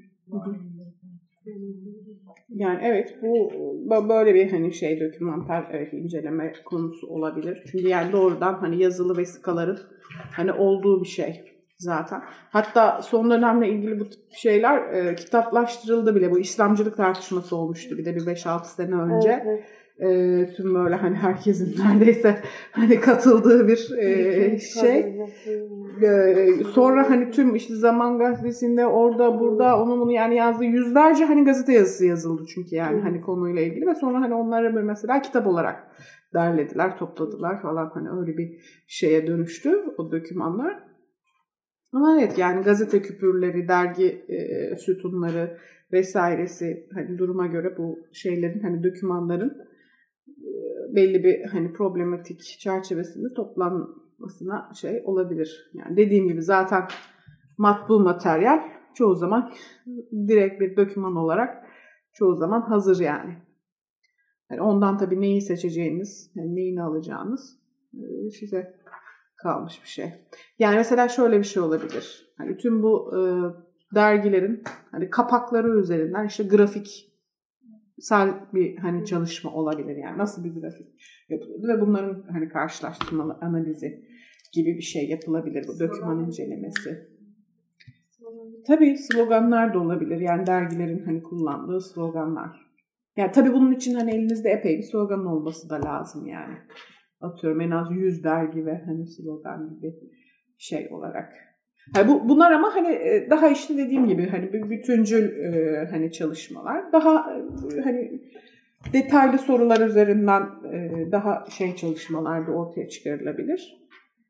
yani evet bu böyle bir hani şey dokümanter evet, inceleme konusu olabilir. Çünkü yani doğrudan hani yazılı vesikaların hani olduğu bir şey zaten. Hatta son dönemle ilgili bu tip şeyler e, kitaplaştırıldı bile. Bu İslamcılık tartışması olmuştu bir de bir beş altı sene önce. Evet, evet. E, tüm böyle hani herkesin neredeyse hani katıldığı bir e, şey. E, sonra hani tüm işte Zaman Gazetesi'nde orada burada onun bunu yani yazdığı yüzlerce hani gazete yazısı yazıldı çünkü yani hani konuyla ilgili ve sonra hani onları bir mesela kitap olarak derlediler, topladılar falan hani öyle bir şeye dönüştü o dokümanlar. Ama evet yani gazete küpürleri, dergi e, sütunları vesairesi hani duruma göre bu şeylerin hani dokümanların e, belli bir hani problematik çerçevesinde toplanmasına şey olabilir. Yani dediğim gibi zaten matbu materyal çoğu zaman direkt bir doküman olarak çoğu zaman hazır yani. Yani ondan tabii neyi seçeceğiniz, yani neyini alacağınız e, size kalmış bir şey. Yani mesela şöyle bir şey olabilir. Hani tüm bu e, dergilerin hani kapakları üzerinden işte grafiksel bir hani çalışma olabilir. Yani nasıl bir grafik yapılır ve bunların hani karşılaştırmalı analizi gibi bir şey yapılabilir bu doküman incelemesi. Tabii sloganlar da olabilir. Yani dergilerin hani kullandığı sloganlar. Yani tabii bunun için hani elinizde epey bir slogan olması da lazım yani. Atıyorum en az yüz dergi ve hani slogan gibi şey olarak. Yani bu bunlar ama hani daha işte dediğim gibi hani bir bütüncül e, hani çalışmalar, daha e, hani detaylı sorular üzerinden e, daha şey çalışmalar da ortaya çıkarılabilir.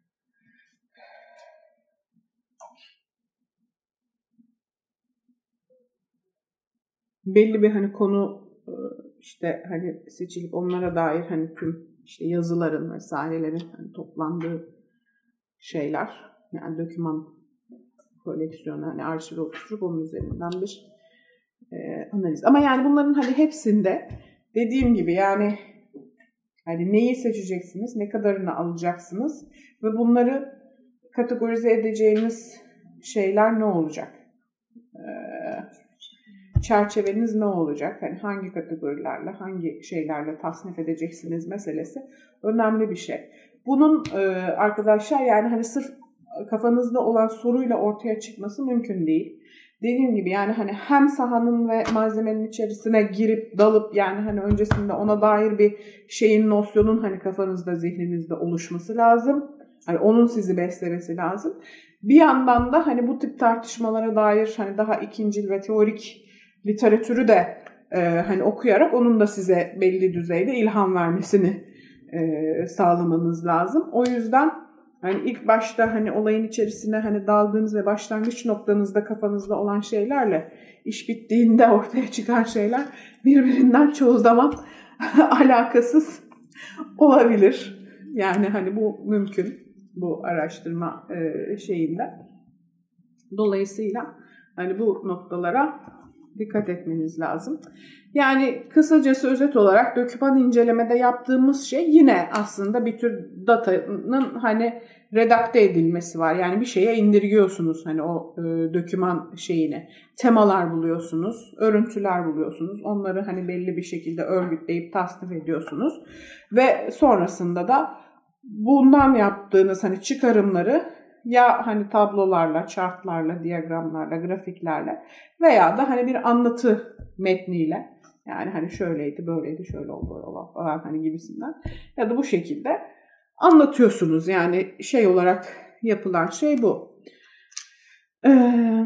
Belli bir hani konu e, işte hani seçilip onlara dair hani tüm işte yazıların vesairelerin hani toplandığı şeyler yani doküman koleksiyonu hani arşiv oluşturup onun üzerinden bir e, analiz. Ama yani bunların hani hepsinde dediğim gibi yani hani neyi seçeceksiniz, ne kadarını alacaksınız ve bunları kategorize edeceğiniz şeyler ne olacak? Ee, çerçeveniz ne olacak? Hani hangi kategorilerle, hangi şeylerle tasnif edeceksiniz meselesi önemli bir şey. Bunun e, arkadaşlar yani hani sırf kafanızda olan soruyla ortaya çıkması mümkün değil. Dediğim gibi yani hani hem sahanın ve malzemenin içerisine girip dalıp yani hani öncesinde ona dair bir şeyin, nosyonun hani kafanızda, zihninizde oluşması lazım. Hani onun sizi beslemesi lazım. Bir yandan da hani bu tip tartışmalara dair hani daha ikincil ve teorik literatürü de e, hani okuyarak onun da size belli düzeyde ilham vermesini e, sağlamanız lazım. O yüzden hani ilk başta hani olayın içerisine hani daldığınız ve başlangıç noktanızda kafanızda olan şeylerle iş bittiğinde ortaya çıkan şeyler birbirinden çoğu zaman alakasız olabilir. Yani hani bu mümkün bu araştırma e, şeyinde. Dolayısıyla hani bu noktalara dikkat etmeniz lazım. Yani kısacası özet olarak doküman incelemede yaptığımız şey yine aslında bir tür datanın hani redakte edilmesi var. Yani bir şeye indirgiyorsunuz hani o e, doküman şeyini. Temalar buluyorsunuz, örüntüler buluyorsunuz. Onları hani belli bir şekilde örgütleyip tasnif ediyorsunuz. Ve sonrasında da bundan yaptığınız hani çıkarımları ya hani tablolarla, chartlarla, diyagramlarla, grafiklerle veya da hani bir anlatı metniyle yani hani şöyleydi, böyleydi, şöyle oldu, böyle oldu falan hani gibisinden ya da bu şekilde anlatıyorsunuz. Yani şey olarak yapılan şey bu. Ee,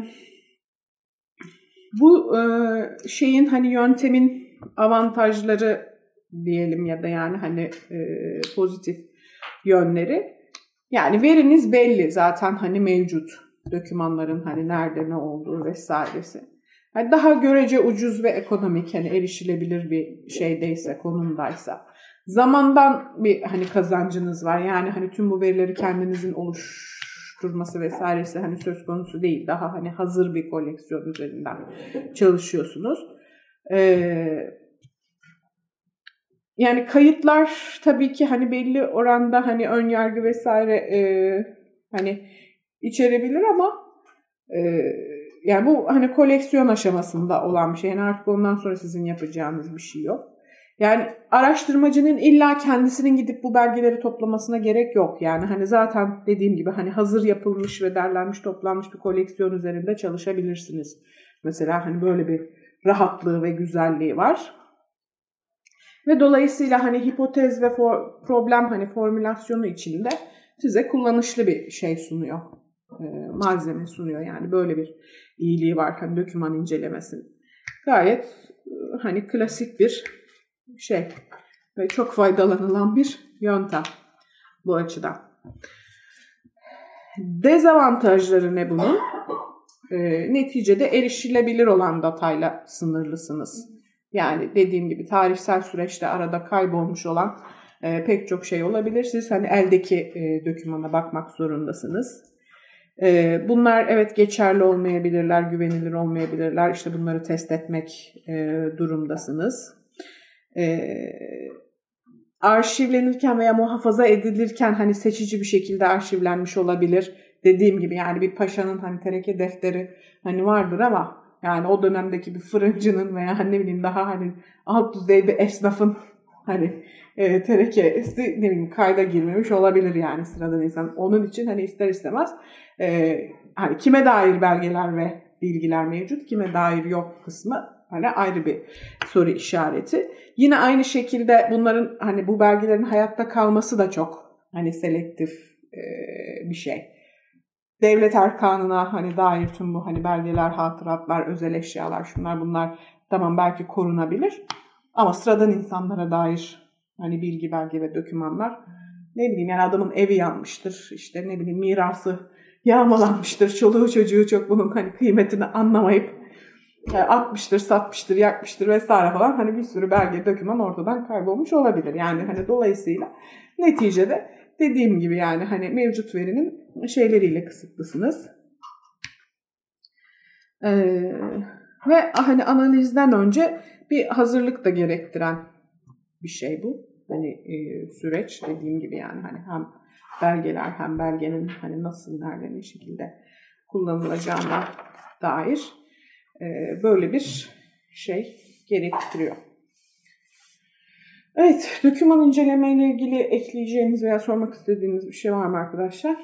bu e, şeyin hani yöntemin avantajları diyelim ya da yani hani e, pozitif yönleri. Yani veriniz belli zaten hani mevcut dokümanların hani nerede ne olduğu vesairesi. Yani daha görece ucuz ve ekonomik hani erişilebilir bir şeydeyse, konumdaysa. Zamandan bir hani kazancınız var. Yani hani tüm bu verileri kendinizin oluşturması vesairesi hani söz konusu değil. Daha hani hazır bir koleksiyon üzerinden çalışıyorsunuz. Ee, Yani kayıtlar tabii ki hani belli oranda hani ön yargı vesaire e, hani içerebilir ama e, yani bu hani koleksiyon aşamasında olan bir şey. Yani artık ondan sonra sizin yapacağınız bir şey yok. Yani araştırmacının illa kendisinin gidip bu belgeleri toplamasına gerek yok. Yani hani zaten dediğim gibi hani hazır yapılmış ve derlenmiş toplanmış bir koleksiyon üzerinde çalışabilirsiniz. Mesela hani böyle bir rahatlığı ve güzelliği var. Ve dolayısıyla hani hipotez ve for, problem hani formülasyonu içinde size kullanışlı bir şey sunuyor. E, malzeme sunuyor. Yani böyle bir iyiliği var hani doküman incelemesinin. Gayet e, hani klasik bir şey ve çok faydalanılan bir yöntem bu açıdan. Dezavantajları ne bunun? E, neticede erişilebilir olan datayla sınırlısınız. Yani dediğim gibi tarihsel süreçte arada kaybolmuş olan e, pek çok şey olabilir. Siz hani eldeki e, dokümana bakmak zorundasınız. E, bunlar evet geçerli olmayabilirler, güvenilir olmayabilirler. İşte bunları test etmek e, durumdasınız. E, arşivlenirken veya muhafaza edilirken hani seçici bir şekilde arşivlenmiş olabilir. Dediğim gibi yani bir paşanın hani tereke defteri hani vardır ama yani o dönemdeki bir fırıncının veya ne bileyim daha hani alt düzey bir esnafın hani e, terekesi ne bileyim kayda girmemiş olabilir yani sıradan insan. Onun için hani ister istemez e, hani kime dair belgeler ve bilgiler mevcut, kime dair yok kısmı hani ayrı bir soru işareti. Yine aynı şekilde bunların hani bu belgelerin hayatta kalması da çok hani selektif e, bir şey. Devlet erkanına hani dair tüm bu hani belgeler, hatıratlar, özel eşyalar, şunlar bunlar tamam belki korunabilir. Ama sıradan insanlara dair hani bilgi, belge ve dokümanlar ne bileyim yani adamın evi yanmıştır, işte ne bileyim mirası yağmalanmıştır, çoluğu çocuğu çok bunun hani kıymetini anlamayıp yani atmıştır, satmıştır, yakmıştır vesaire falan hani bir sürü belge, doküman ortadan kaybolmuş olabilir. Yani hani dolayısıyla neticede dediğim gibi yani hani mevcut verinin şeyleriyle kısıtlısınız. Ee, ve hani analizden önce bir hazırlık da gerektiren bir şey bu. Hani e, süreç dediğim gibi yani hani hem belgeler hem belgenin hani nasıl, nerede, ne şekilde kullanılacağına dair e, böyle bir şey gerektiriyor. Evet, doküman inceleme ile ilgili ekleyeceğiniz veya sormak istediğiniz bir şey var mı arkadaşlar?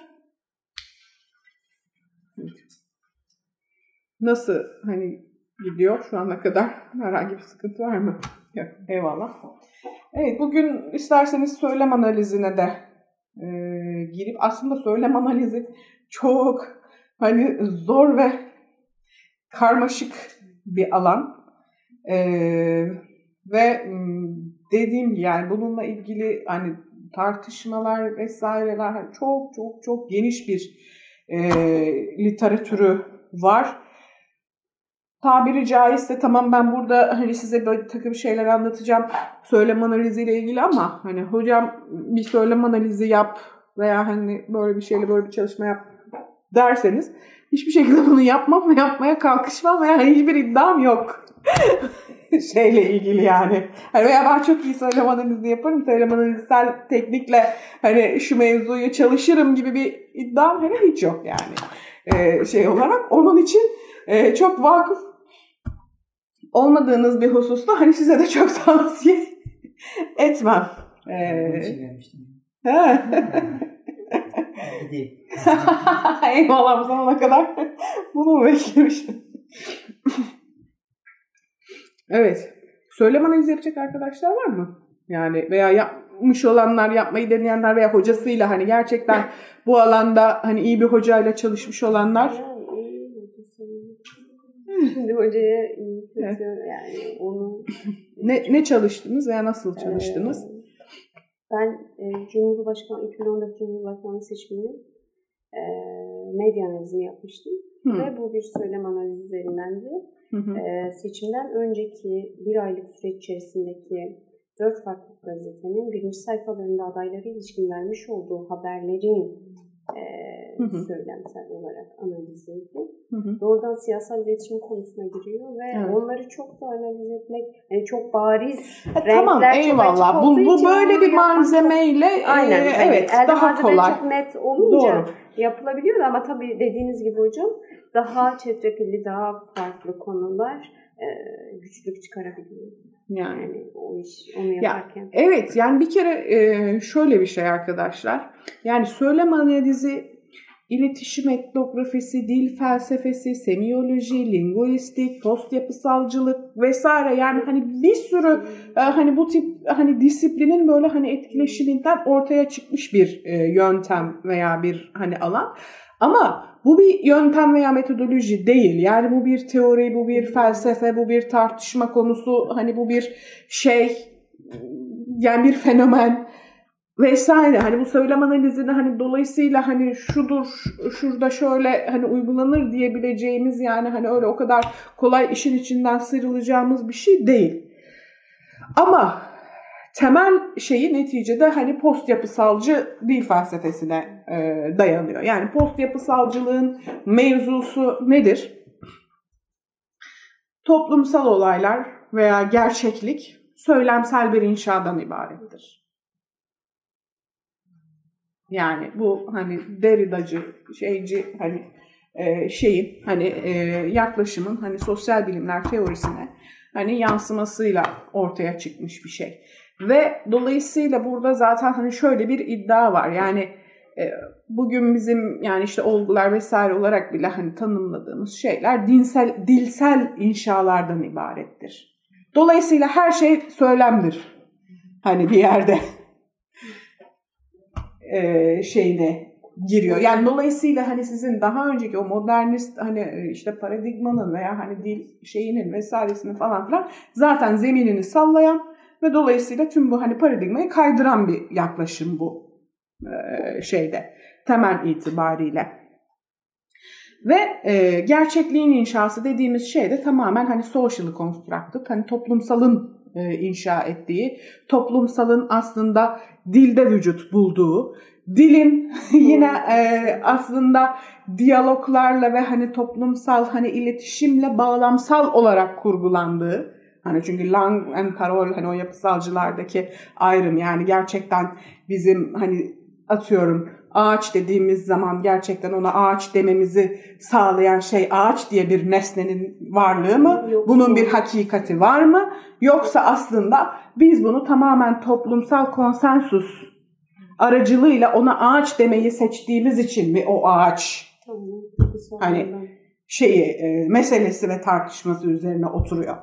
Evet. Nasıl hani gidiyor şu ana kadar? Herhangi bir sıkıntı var mı? Yok, eyvallah. Evet, bugün isterseniz söylem analizine de e, girip aslında söylem analizi çok hani zor ve karmaşık bir alan. E, ve dediğim gibi yani bununla ilgili hani tartışmalar vesaireler hani çok çok çok geniş bir e, literatürü var. Tabiri caizse tamam ben burada hani size böyle takım şeyler anlatacağım söylem analiziyle ilgili ama hani hocam bir söylem analizi yap veya hani böyle bir şeyle böyle bir çalışma yap derseniz hiçbir şekilde bunu yapmam ve yapmaya kalkışmam veya hiçbir iddiam yok. Şeyle ilgili yani. Hani veya ben çok iyi söylem analizi yaparım, söylem analizsel teknikle hani şu mevzuyu çalışırım gibi bir iddiam hele hiç yok yani. Ee, şey olarak onun için e, çok vakıf olmadığınız bir hususta hani size de çok tavsiye etmem. Ee, Eyvallah, bu zamana kadar bunu mu beklemiştim? Evet. Söylem analizi yapacak arkadaşlar var mı? Yani veya yapmış olanlar, yapmayı deneyenler veya hocasıyla hani gerçekten bu alanda hani iyi bir hocayla çalışmış olanlar. Şimdi hocaya iyi kötü yani onu... ne, ne çalıştınız veya nasıl çalıştınız? Ee, ben e, Cumhurbaşkanı iki bin on dört Cumhurbaşkanlığı seçiminin e, medya analizini yapmıştım. Hı. Ve bu bir söylem analizi üzerindendi. Hı hı. E, seçimden önceki bir aylık süreç içerisindeki dört farklı gazetenin birinci sayfalarında adaylara ilişkin vermiş olduğu haberlerin e, hı hı. söylemsel olarak analiziydi. Hı hı. Doğrudan siyasal iletişim konusuna giriyor ve evet. onları çok da analiz etmek, yani çok bariz ha, renkler tamam, eyvallah. Bu, bu böyle bir malzemeyle çok, aynen, e, evet yani, daha kolay. Çok net olunca doğru. yapılabiliyor ama tabii dediğiniz gibi hocam daha çetrefilli, daha farklı konular e, güçlük çıkarabiliyor. Yani, yani o iş, onu yaparken. Ya, evet yani bir kere e, şöyle bir şey arkadaşlar. Yani söylem analizi, iletişim etnografisi, dil felsefesi, semiyoloji, linguistik, post yapısalcılık vesaire yani hani bir sürü e, hani bu tip hani disiplinin böyle hani etkileşiminden ortaya çıkmış bir e, yöntem veya bir hani alan. Ama bu bir yöntem veya metodoloji değil. Yani bu bir teori, bu bir felsefe, bu bir tartışma konusu, hani bu bir şey, yani bir fenomen vesaire. Hani bu söylem analizini hani dolayısıyla hani şudur, şurada şöyle hani uygulanır diyebileceğimiz yani hani öyle o kadar kolay işin içinden sıyrılacağımız bir şey değil. Ama temel şeyi neticede hani post yapısalcı dil felsefesine e, dayanıyor. Yani post yapısalcılığın mevzusu nedir? Toplumsal olaylar veya gerçeklik söylemsel bir inşadan ibarettir. Yani bu hani Derrida'cı, şeyci hani e, şeyin hani e, yaklaşımın hani sosyal bilimler teorisine hani yansımasıyla ortaya çıkmış bir şey. Ve dolayısıyla burada zaten hani şöyle bir iddia var. Yani e, bugün bizim yani işte olgular vesaire olarak bile hani tanımladığımız şeyler dinsel, dilsel inşalardan ibarettir. Dolayısıyla her şey söylemdir. Hani bir yerde e, şeyde giriyor. Yani dolayısıyla hani sizin daha önceki o modernist hani işte paradigmanın veya hani dil şeyinin vesairesinin falan filan zaten zeminini sallayan ve dolayısıyla tüm bu hani paradigmayı kaydıran bir yaklaşım bu e, şeyde temel itibariyle. Ve e, gerçekliğin inşası dediğimiz şey de tamamen hani social constructed, hani toplumsalın e, inşa ettiği, toplumsalın aslında dilde vücut bulduğu, dilin yine e, aslında diyaloglarla ve hani toplumsal hani iletişimle bağlamsal olarak kurgulandığı. Hani çünkü lang and parole hani o yapısalcılardaki ayrım yani gerçekten bizim hani atıyorum ağaç dediğimiz zaman gerçekten ona ağaç dememizi sağlayan şey ağaç diye bir nesnenin varlığı mı? Yok. Bunun bir hakikati var mı? Yoksa aslında biz bunu tamamen toplumsal konsensus aracılığıyla ona ağaç demeyi seçtiğimiz için mi o ağaç Tamam. hani şeyi e, meselesi ve tartışması üzerine oturuyor.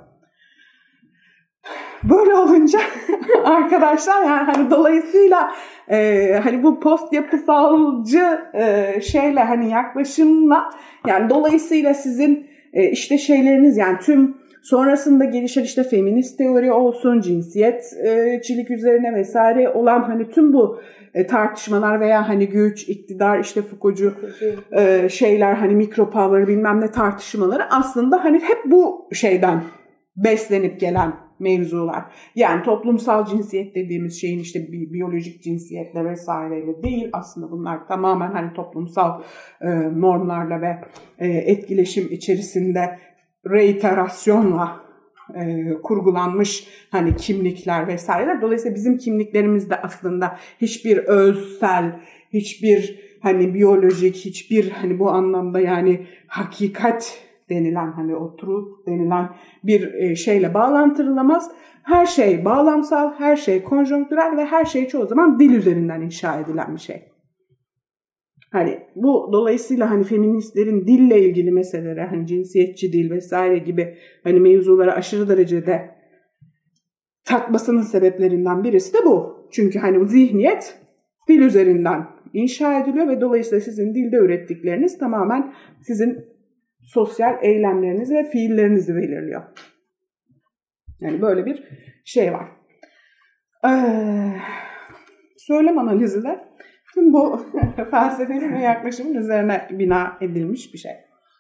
Böyle olunca arkadaşlar yani hani dolayısıyla e, hani bu post yapısalcı e, şeyle hani yaklaşımla yani dolayısıyla sizin e, işte şeyleriniz yani tüm sonrasında gelişen işte feminist teori olsun, cinsiyetçilik üzerine vesaire olan hani tüm bu e, tartışmalar veya hani güç, iktidar, işte Foucault'cu e, şeyler hani mikropower bilmem ne tartışmaları aslında hani hep bu şeyden beslenip gelen mevzular. Yani toplumsal cinsiyet dediğimiz şeyin işte bi- biyolojik cinsiyetle vesaireyle değil aslında bunlar tamamen hani toplumsal e, normlarla ve e, etkileşim içerisinde reiterasyonla e, kurgulanmış hani kimlikler vesaireler. Dolayısıyla bizim kimliklerimizde aslında hiçbir özsel, hiçbir hani biyolojik, hiçbir hani bu anlamda yani hakikat denilen hani o truth denilen bir e, şeyle bağlantırılamaz. Her şey bağlamsal, her şey konjonktürel ve her şey çoğu zaman dil üzerinden inşa edilen bir şey. Hani bu dolayısıyla hani feministlerin dille ilgili meselelere hani cinsiyetçi dil vesaire gibi hani mevzulara aşırı derecede takmasının sebeplerinden birisi de bu. Çünkü hani zihniyet dil üzerinden inşa ediliyor ve dolayısıyla sizin dilde ürettikleriniz tamamen sizin sosyal eylemlerinizi ve fiillerinizi belirliyor. Yani böyle bir şey var. Ee, söylem analizi de tüm bu felsefenin ve yaklaşımın üzerine bina edilmiş bir şey.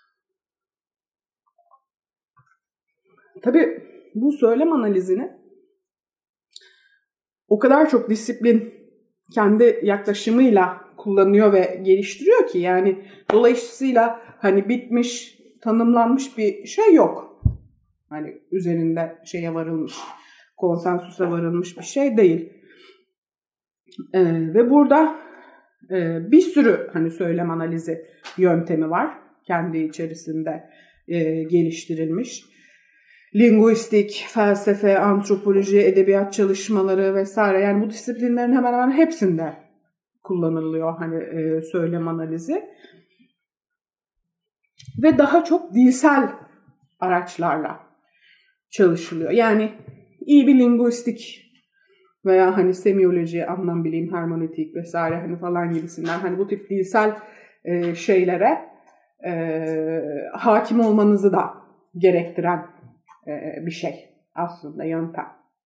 Tabii bu söylem analizini o kadar çok disiplin kendi yaklaşımıyla kullanıyor ve geliştiriyor ki yani dolayısıyla hani bitmiş, tanımlanmış bir şey yok. Hani üzerinde şeye varılmış, konsensusa varılmış bir şey değil. Ee, ve burada e, bir sürü hani söylem analizi yöntemi var. Kendi içerisinde e, geliştirilmiş. Linguistik, felsefe, antropoloji, edebiyat çalışmaları vesaire yani bu disiplinlerin hemen hemen hepsinde kullanılıyor hani e, söylem analizi. Ve daha çok dilsel araçlarla çalışılıyor. Yani iyi bir linguistik veya hani semiyoloji, anlam bileyim, hermeneutik vesaire hani falan gibisinden hani bu tip dilsel e, şeylere e, hakim olmanızı da gerektiren e, bir şey aslında yöntem.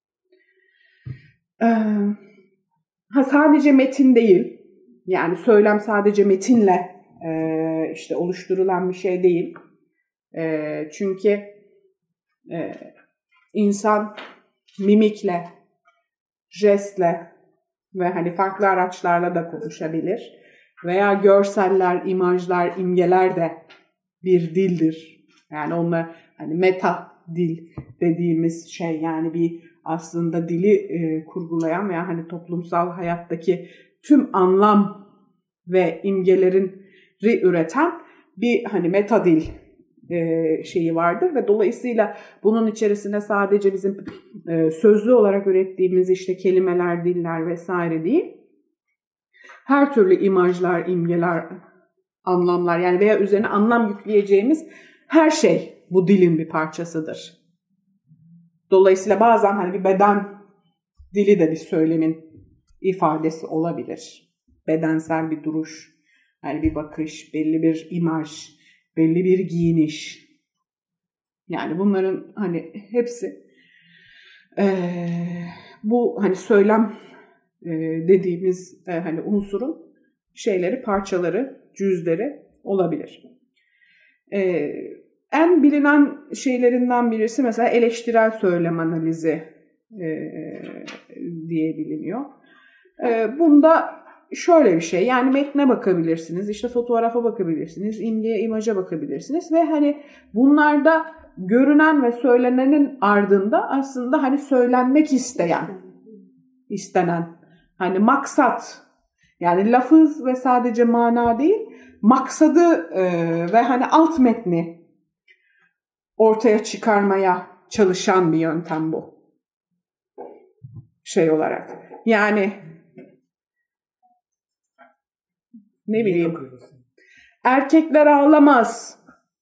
E, ha sadece metin değil, yani söylem sadece metinle e, işte oluşturulan bir şey değil. E, çünkü e, insan mimikle, jestle ve hani farklı araçlarla da konuşabilir. Veya görseller, imajlar, imgeler de bir dildir. Yani onunla hani meta dil dediğimiz şey yani bir aslında dili e, kurgulayan veya hani toplumsal hayattaki tüm anlam ve imgelerin üreten bir hani meta dil e, şeyi vardır ve dolayısıyla bunun içerisine sadece bizim e, sözlü olarak ürettiğimiz işte kelimeler, diller vesaire değil, her türlü imajlar, imgeler, anlamlar yani veya üzerine anlam yükleyeceğimiz her şey bu dilin bir parçasıdır. Dolayısıyla bazen hani bir beden dili de bir söylemin ifadesi olabilir. Bedensel bir duruş, yani bir bakış, belli bir imaj, belli bir giyiniş. Yani bunların hani hepsi e, bu hani söylem e, dediğimiz e, hani unsurun şeyleri, parçaları, cüzleri olabilir. E, en bilinen şeylerinden birisi mesela eleştirel söylem analizi e, diye biliniyor. E, bunda şöyle bir şey, yani metne bakabilirsiniz, işte fotoğrafa bakabilirsiniz, imgeye, imaja bakabilirsiniz ve hani bunlarda görünen ve söylenenin ardında aslında hani söylenmek isteyen, istenen, hani maksat Yani lafız ve sadece mana değil, maksadı e, ve hani alt metni ortaya çıkarmaya çalışan bir yöntem bu. Şey olarak. Yani ne bileyim, erkekler ağlamaz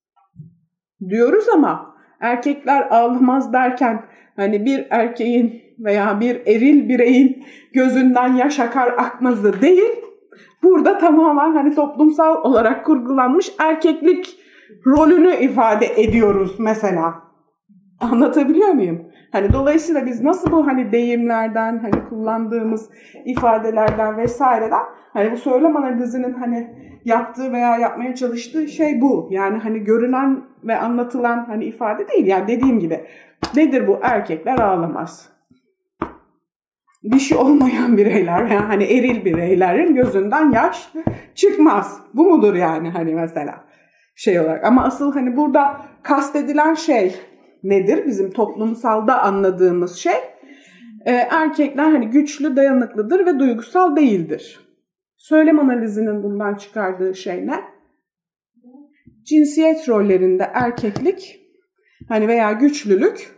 diyoruz ama erkekler ağlamaz derken hani bir erkeğin veya bir eril bireyin gözünden yaş akar akmazı değil. Burada tamamen hani toplumsal olarak kurgulanmış erkeklik rolünü ifade ediyoruz mesela. Anlatabiliyor muyum? Hani dolayısıyla biz nasıl bu hani deyimlerden, hani kullandığımız ifadelerden vesaireden hani bu söylem analizinin hani yaptığı veya yapmaya çalıştığı şey bu. Yani hani görünen ve anlatılan hani ifade değil. Yani dediğim gibi nedir bu? Erkekler ağlamaz. Dişi olmayan bireyler veya hani eril bireylerin gözünden yaş çıkmaz. Bu mudur yani hani mesela şey olarak. Ama asıl hani burada kastedilen şey nedir? Bizim toplumsalda anladığımız şey e, erkekler hani güçlü, dayanıklıdır ve duygusal değildir. Söylem analizinin bundan çıkardığı şey ne? Cinsiyet rollerinde erkeklik hani veya güçlülük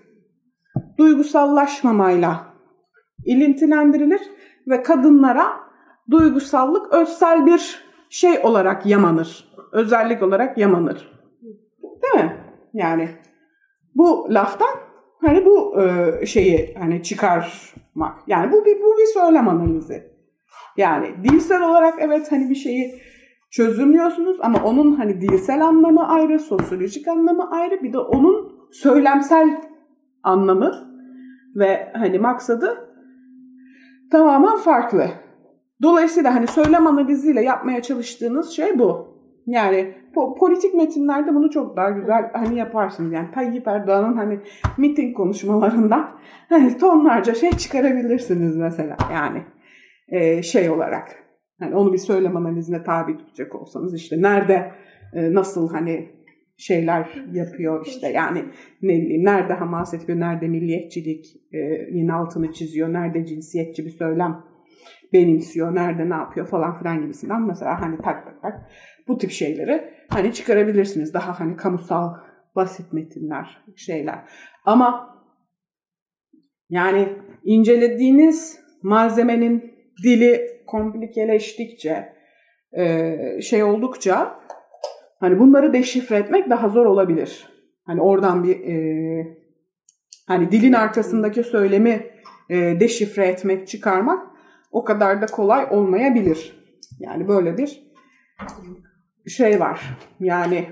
duygusallaşmamayla ilintilendirilir ve kadınlara duygusallık özsel bir şey olarak yamanır. Özellik olarak yamanır. Değil mi? Yani bu laftan hani bu e, şeyi hani çıkarmak. Yani bu bir bu bir söylem analizi. Yani dilsel olarak evet hani bir şeyi çözümlüyorsunuz ama onun hani dilsel anlamı ayrı, sosyolojik anlamı ayrı, bir de onun söylemsel anlamı ve hani maksadı tamamen farklı. Dolayısıyla hani söylem analiziyle yapmaya çalıştığınız şey bu. Yani po- politik metinlerde bunu çok daha güzel hani yaparsınız. Yani Tayyip Erdoğan'ın hani miting konuşmalarından hani tonlarca şey çıkarabilirsiniz mesela. Yani e, şey olarak. Hani onu bir söylem analizine tabi tutacak olsanız işte nerede e, nasıl hani şeyler yapıyor işte yani ne bileyim nerede hamaset yapıyor, nerede milliyetçilik e, yine altını çiziyor, nerede cinsiyetçi bir söylem benimsiyor, nerede ne yapıyor falan filan gibisinden mesela hani tak tak tak bu tip şeyleri hani çıkarabilirsiniz. Daha hani kamusal basit metinler şeyler. Ama yani incelediğiniz malzemenin dili komplikeleştikçe e, şey oldukça hani bunları deşifre etmek daha zor olabilir. Hani oradan bir e, hani dilin arkasındaki söylemi e, deşifre etmek, çıkarmak o kadar da kolay olmayabilir. Yani böyle bir şey var. Yani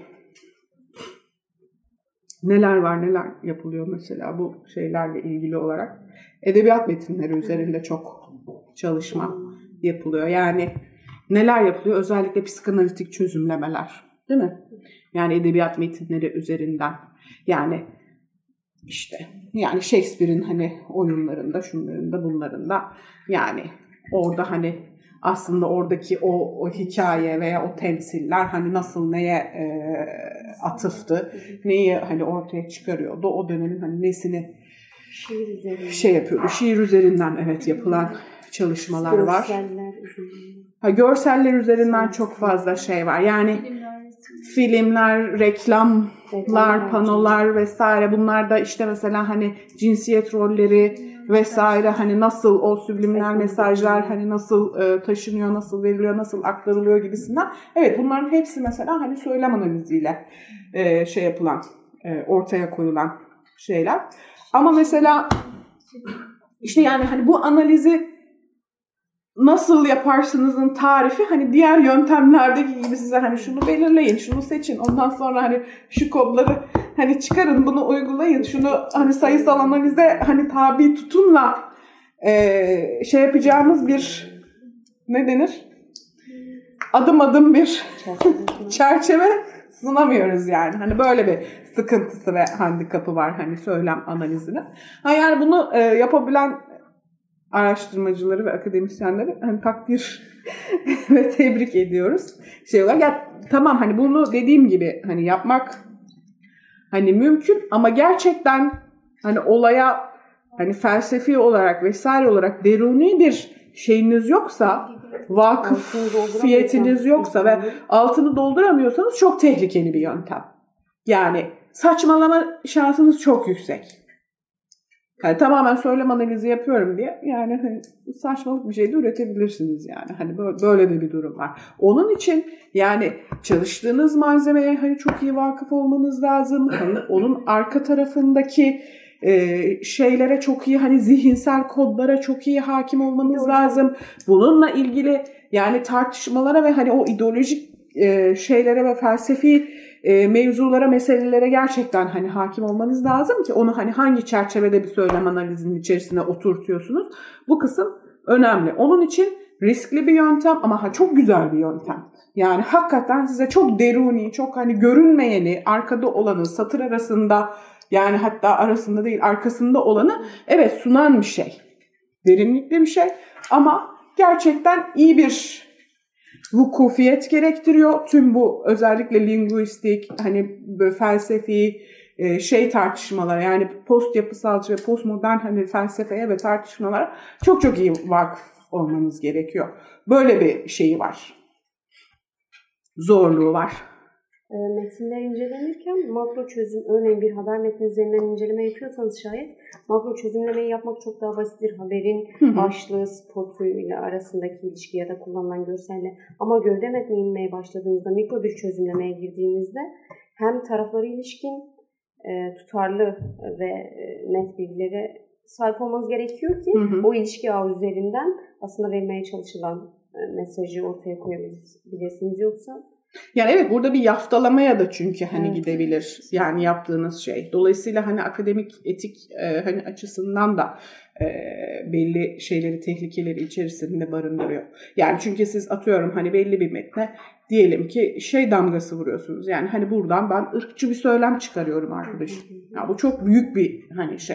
neler var, neler yapılıyor mesela bu şeylerle ilgili olarak. Edebiyat metinleri üzerinde çok çalışma yapılıyor. Yani neler yapılıyor? Özellikle psikanalitik çözümlemeler. Değil mi? Yani edebiyat metinleri üzerinden. Yani işte yani Shakespeare'in hani oyunlarında, şunlarında, bunlarında yani orada hani aslında oradaki o, o hikaye veya o temsiller hani nasıl neye e, atıftı, neyi hani ortaya çıkarıyordu, o dönemin hani nesini şey yapıyordu. Şiir üzerinden evet yapılan çalışmalar var. Görseller üzerinden. Ha, görseller üzerinden çok fazla şey var. Yani filmler, reklamlar, Reklamlar, panolar vesaire, bunlar da işte mesela hani cinsiyet rolleri vesaire hani nasıl o subliminal mesajlar hani nasıl e, taşınıyor, nasıl veriliyor, nasıl aktarılıyor gibisinden. Evet, bunların hepsi mesela hani söylem analiziyle e, şey yapılan, e, ortaya koyulan şeyler. Ama mesela işte yani hani bu analizi nasıl yaparsınızın tarifi hani diğer yöntemlerdeki gibi size hani şunu belirleyin, şunu seçin, ondan sonra hani şu kodları hani çıkarın, bunu uygulayın, şunu hani sayısal analize hani tabi tutunla e, şey yapacağımız bir ne denir? Adım adım bir çerçeve sunamıyoruz yani. Hani böyle bir sıkıntısı ve handikapı var hani söylem analizinin. Ha yani bunu e, yapabilen araştırmacıları ve akademisyenleri hani takdir ve tebrik ediyoruz. Şey olarak ya tamam hani bunu dediğim gibi hani yapmak hani mümkün ama gerçekten hani olaya hani felsefi olarak vesaire olarak deruni bir şeyiniz yoksa, vakıfiyetiniz yoksa ve altını dolduramıyorsanız çok tehlikeli bir yöntem. Yani saçmalama şansınız çok yüksek. Yani tamamen söylem analizi yapıyorum diye yani hani saçmalık bir şey de üretebilirsiniz yani. Hani böyle, böyle de bir durum var. Onun için yani çalıştığınız malzemeye hani çok iyi vakıf olmanız lazım. Hani onun arka tarafındaki e, şeylere çok iyi hani zihinsel kodlara çok iyi hakim olmanız lazım. Bununla ilgili yani tartışmalara ve hani o ideolojik e, şeylere ve felsefi E, mevzulara, meselelere gerçekten hani hakim olmanız lazım ki onu hani hangi çerçevede bir söylem analizinin içerisine oturtuyorsunuz. Bu kısım önemli. Onun için riskli bir yöntem ama ha, çok güzel bir yöntem. Yani hakikaten size çok deruni, çok hani görünmeyeni, arkada olanı, satır arasında yani hatta arasında değil arkasında olanı evet sunan bir şey. Derinlikli bir şey ama gerçekten iyi bir vukufiyet gerektiriyor. Tüm bu özellikle linguistik, hani böyle felsefi e, şey tartışmalara yani post yapısalcı ve postmodern hani felsefeye ve tartışmalara çok çok iyi vakıf olmanız gerekiyor. Böyle bir şeyi var. Zorluğu var. Metinler incelenirken makro çözüm, örneğin bir haber metni üzerinden inceleme yapıyorsanız şayet makro çözümlemeyi yapmak çok daha basittir. Haberin hı hı. başlığı, spotuyla arasındaki ilişki ya da kullanılan görselle. Ama gövde metne inmeye başladığınızda, mikro bir çözümlemeye girdiğinizde hem tarafları ilişkin e, tutarlı ve e, net bilgilere sahip olmanız gerekiyor ki hı hı. o ilişki ağı üzerinden aslında verilmeye çalışılan e, mesajı ortaya koyabilirsiniz. Yoksa yani evet burada bir yaftalamaya da çünkü hani evet. gidebilir yani yaptığınız şey. Dolayısıyla hani akademik etik e, hani açısından da e, belli şeyleri, tehlikeleri içerisinde barındırıyor. Yani çünkü siz atıyorum hani belli bir metne diyelim ki şey damgası vuruyorsunuz. Yani hani buradan ben ırkçı bir söylem çıkarıyorum arkadaşım. Ya bu çok büyük bir hani şey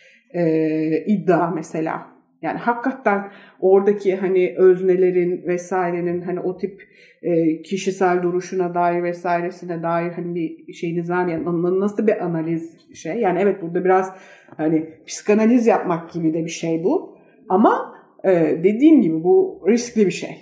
e, iddia mesela. Yani hakikaten oradaki hani öznelerin vesairenin hani o tip e, kişisel duruşuna dair vesairesine dair hani bir şeyiniz var ya nasıl bir analiz şey. Yani evet burada biraz hani psikanaliz yapmak gibi de bir şey bu. Ama e, dediğim gibi bu riskli bir şey.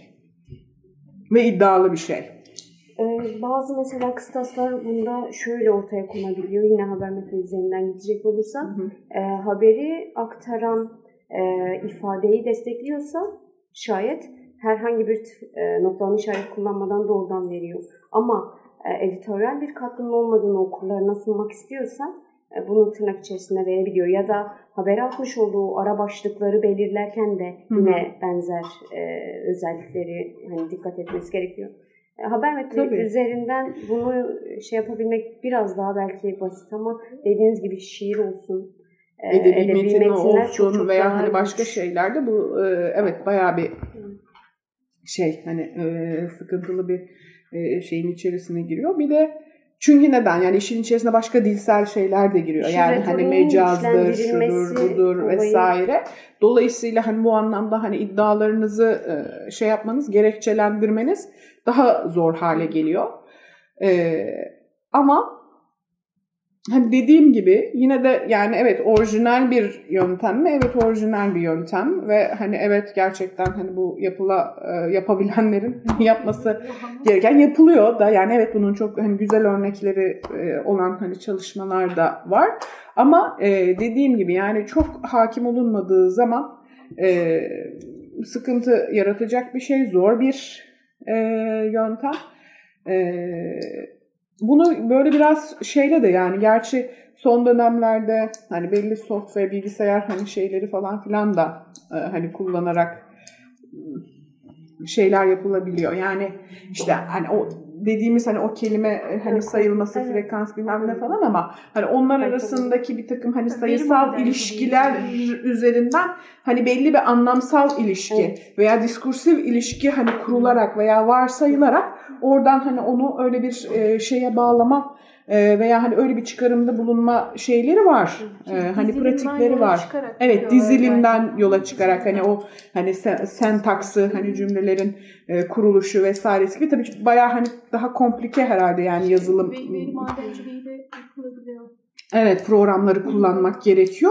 Ve iddialı bir şey. Ee, bazı mesela kıstaslar bunda şöyle ortaya konabiliyor. Yine haber metni üzerinden gidecek olursak. Hı hı. E, haberi aktaran E, ifadeyi destekliyorsa şayet herhangi bir e, noktalama işaret kullanmadan doğrudan veriyor. Ama e, editoryal bir katkının olmadığını okurlarına sunmak istiyorsa e, bunu tırnak içerisinde verebiliyor. Ya da haber atmış olduğu ara başlıkları belirlerken de yine Hı-hı. benzer e, özellikleri hani dikkat etmesi gerekiyor. E, haber metni üzerinden bunu şey yapabilmek biraz daha belki basit ama dediğiniz gibi şiir olsun, edebi, edebi metin olsun çok, çok veya hani başka şeylerde bu e, evet bayağı bir şey hani e, sıkıntılı bir e, şeyin içerisine giriyor. Bir de çünkü neden? Yani işin içerisine başka dilsel şeyler de giriyor. Yani hani mecazdır, şudur, budur olayı. Vesaire. Dolayısıyla hani bu anlamda hani iddialarınızı e, şey yapmanız, gerekçelendirmeniz daha zor hale geliyor. E, ama hani dediğim gibi yine de yani evet orijinal bir yöntem mi? Evet orijinal bir yöntem ve hani evet gerçekten hani bu yapıla yapabilenlerin yapması gereken yapılıyor da yani evet bunun çok hani güzel örnekleri olan hani çalışmalar da var ama dediğim gibi yani çok hakim olunmadığı zaman sıkıntı yaratacak bir şey, zor bir yöntem. Bunu böyle biraz şeyle de yani gerçi son dönemlerde hani belli software, bilgisayar hani şeyleri falan filan da e, hani kullanarak şeyler yapılabiliyor. Yani işte hani o dediğimiz hani o kelime hani sayılması, evet. frekans bilmem ne falan ama hani onlar arasındaki bir takım hani sayısal ilişkiler üzerinden hani belli bir anlamsal ilişki evet. veya diskursif ilişki hani kurularak veya varsayılarak oradan hani onu öyle bir e, şeye bağlama e, veya hani öyle bir çıkarımda bulunma şeyleri var. E, hani pratikleri var. Evet, dizilimden yani. yola çıkarak hani o hani sentaksı hani cümlelerin e, kuruluşu vesairesi gibi tabii bayağı hani daha komplike herhalde yani yazılım. Veri madenciliği de yapılabiliyor. Evet, programları kullanmak gerekiyor.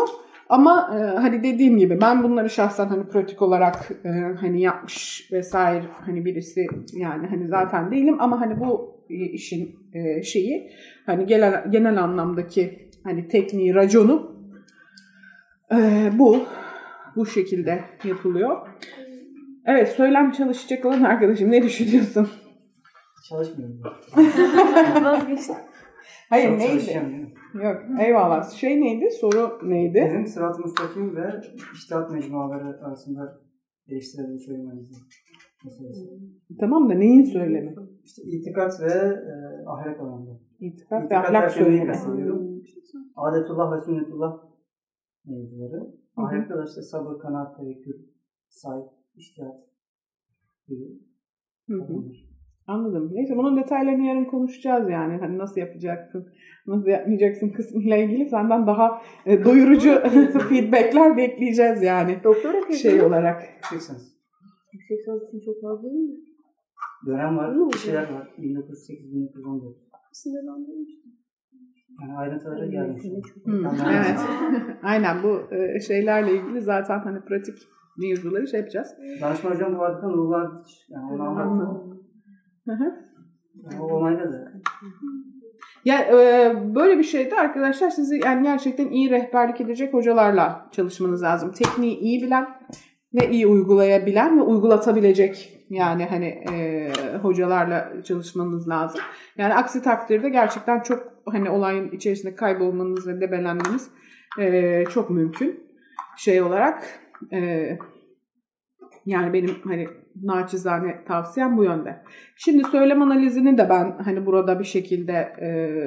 Ama e, hani dediğim gibi ben bunları şahsen hani pratik olarak e, hani yapmış vesaire hani birisi yani hani zaten değilim ama hani bu işin e, şeyi hani genel, genel anlamdaki hani tekniği, raconu e, bu bu şekilde yapılıyor. Evet, söylem çalışacak olan arkadaşım ne düşünüyorsun? Çalışmıyorum. Vazgeçtim. Hayır Çok neydi? çalışacağım. Yok eyvallah. Şey neydi? Soru neydi? Bizim Sırat-ı Müstakim ve İçtihat Mecmuaları arasında eleştirel bir söylem analizi meselesi. Tamam da neyin söylemi? İşte itikat ve e, ahlak alanında. İtikat ve İtikat ahlak derken neyi söylemi. kastediyorum? Adetullah ve sünnetullah mevzuları. Ahlakta da işte sabır, kanaat, tevekkül, say, içtihat gibi. Hı hı. Anladım. Neyse bunun detaylarını yarın konuşacağız yani. Hani nasıl yapacaksın, nasıl yapmayacaksın kısmıyla ilgili senden daha e, doyurucu feedbackler bekleyeceğiz yani. Doktora tezi Şey olarak. seksen. Yüksek lisans için çok fazla değil mi? Dönem var, Değil mi? bir şeyler var. bin dokuz yüz sekiz bin dokuz yüz on dört. Sınırlandırmıştım. Yani ayrıntılara gelmişim. Hmm, evet. Aynen bu e, şeylerle ilgili zaten hani pratik mevzuları şey yapacağız. Danışma hocam bu arada Nurlar yani onu anlattı. Hı hı. Yani o onayladı. Ya e, böyle bir şeyde arkadaşlar sizi yani gerçekten iyi rehberlik edecek hocalarla çalışmanız lazım. Tekniği iyi bilen ve iyi uygulayabilen ve uygulatabilecek yani hani e, hocalarla çalışmanız lazım. Yani aksi takdirde gerçekten çok hani olayın içerisinde kaybolmanız ve debelenmeniz e, çok mümkün şey olarak. E, yani benim hani naçizane tavsiyem bu yönde. Şimdi söylem analizini de ben hani burada bir şekilde e,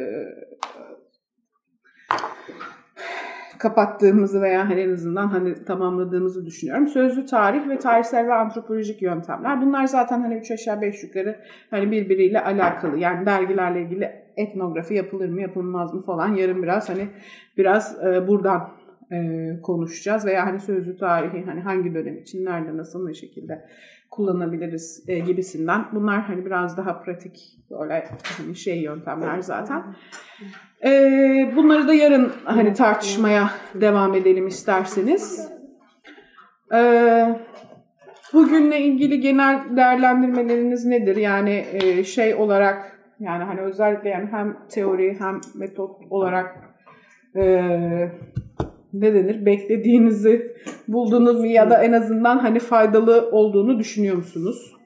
kapattığımızı veya en azından hani tamamladığımızı düşünüyorum. Sözlü tarih ve tarihsel ve antropolojik yöntemler. Bunlar zaten hani üç aşağı beş yukarı hani birbiriyle alakalı. Yani dergilerle ilgili etnografi yapılır mı yapılmaz mı falan yarın biraz hani biraz e, buradan e, konuşacağız veya hani sözlü tarihi hani hangi dönem için nerede nasıl ne şekilde kullanabiliriz e, gibisinden. Bunlar hani biraz daha pratik böyle hani şey yöntemler zaten. E, bunları da yarın hani tartışmaya devam edelim isterseniz. E, bugünle ilgili genel değerlendirmeleriniz nedir? Yani e, şey olarak yani hani özellikle yani hem teori hem metot olarak e, ne denir? Beklediğinizi buldunuz mu ya da en azından hani faydalı olduğunu düşünüyor musunuz?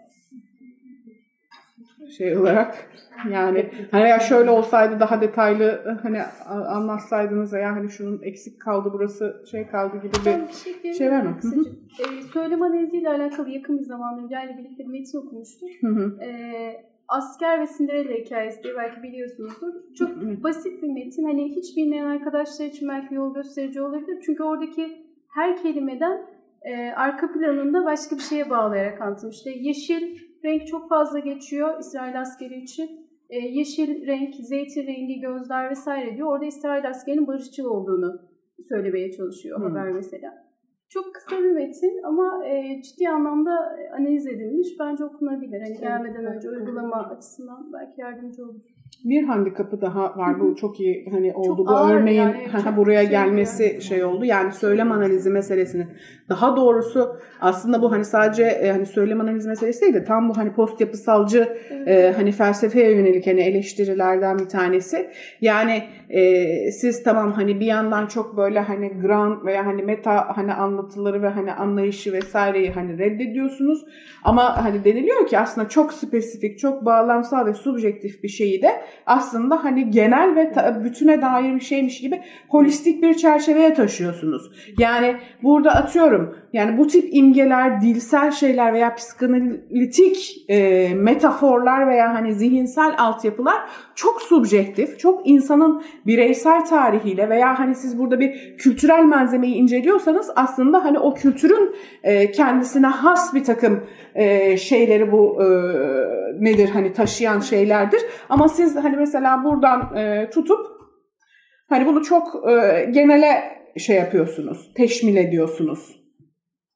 Şey olarak yani hani ya şöyle olsaydı daha detaylı hani anlatsaydınız veya hani şunun eksik kaldı burası şey kaldı gibi bir, bir şey, şey var mı? Ee, söylem analiziyle alakalı yakın bir zamanda Hülya'yla birlikte bir metin okumuştuk. Hı hı. Ee, Asker ve Cinderella hikayesi diye belki biliyorsunuzdur. Çok hı. basit bir metin. Hani hiç bilmeyen arkadaşlar için belki yol gösterici olabilir. Çünkü oradaki her kelimeden e, arka planında başka bir şeye bağlayarak anlatılmış. İşte yeşil renk çok fazla geçiyor İsrail askeri için. E, yeşil renk, zeytin rengi gözler vesaire diyor. Orada İsrail askerinin barışçıl olduğunu söylemeye çalışıyor hmm. haber mesela. Çok kısa bir metin ama e, ciddi anlamda analiz edilmiş. Bence okunabilir. Hani gelmeden önce uygulama açısından belki yardımcı olur. Bir handikapı daha var. Bu çok iyi hani oldu. Çok bu örneğin yani, buraya şey gelmesi yani. şey oldu. Yani söylem analizi meselesini daha doğrusu aslında bu hani sadece e, hani söylem analizi meselesi değil de tam bu hani post yapısalcı evet. e, hani felsefeye yönelik hani eleştirilerden bir tanesi. Yani e, siz tamam hani bir yandan çok böyle hani grand veya hani meta hani anlatıları ve hani anlayışı vesaireyi hani reddediyorsunuz. Ama hani deniliyor ki aslında çok spesifik, çok bağlamsal ve subjektif bir şeyi de aslında hani genel ve ta- bütüne dair bir şeymiş gibi holistik bir çerçeveye taşıyorsunuz. Yani burada atıyorum yani bu tip imgeler, dilsel şeyler veya psikanalitik e, metaforlar veya hani zihinsel altyapılar çok subjektif, çok insanın bireysel tarihiyle veya hani siz burada bir kültürel malzemeyi inceliyorsanız aslında hani o kültürün e, kendisine has bir takım e, şeyleri bu e, nedir hani taşıyan şeylerdir. Ama siz hani mesela buradan e, tutup hani bunu çok e, genele şey yapıyorsunuz, teşmil ediyorsunuz.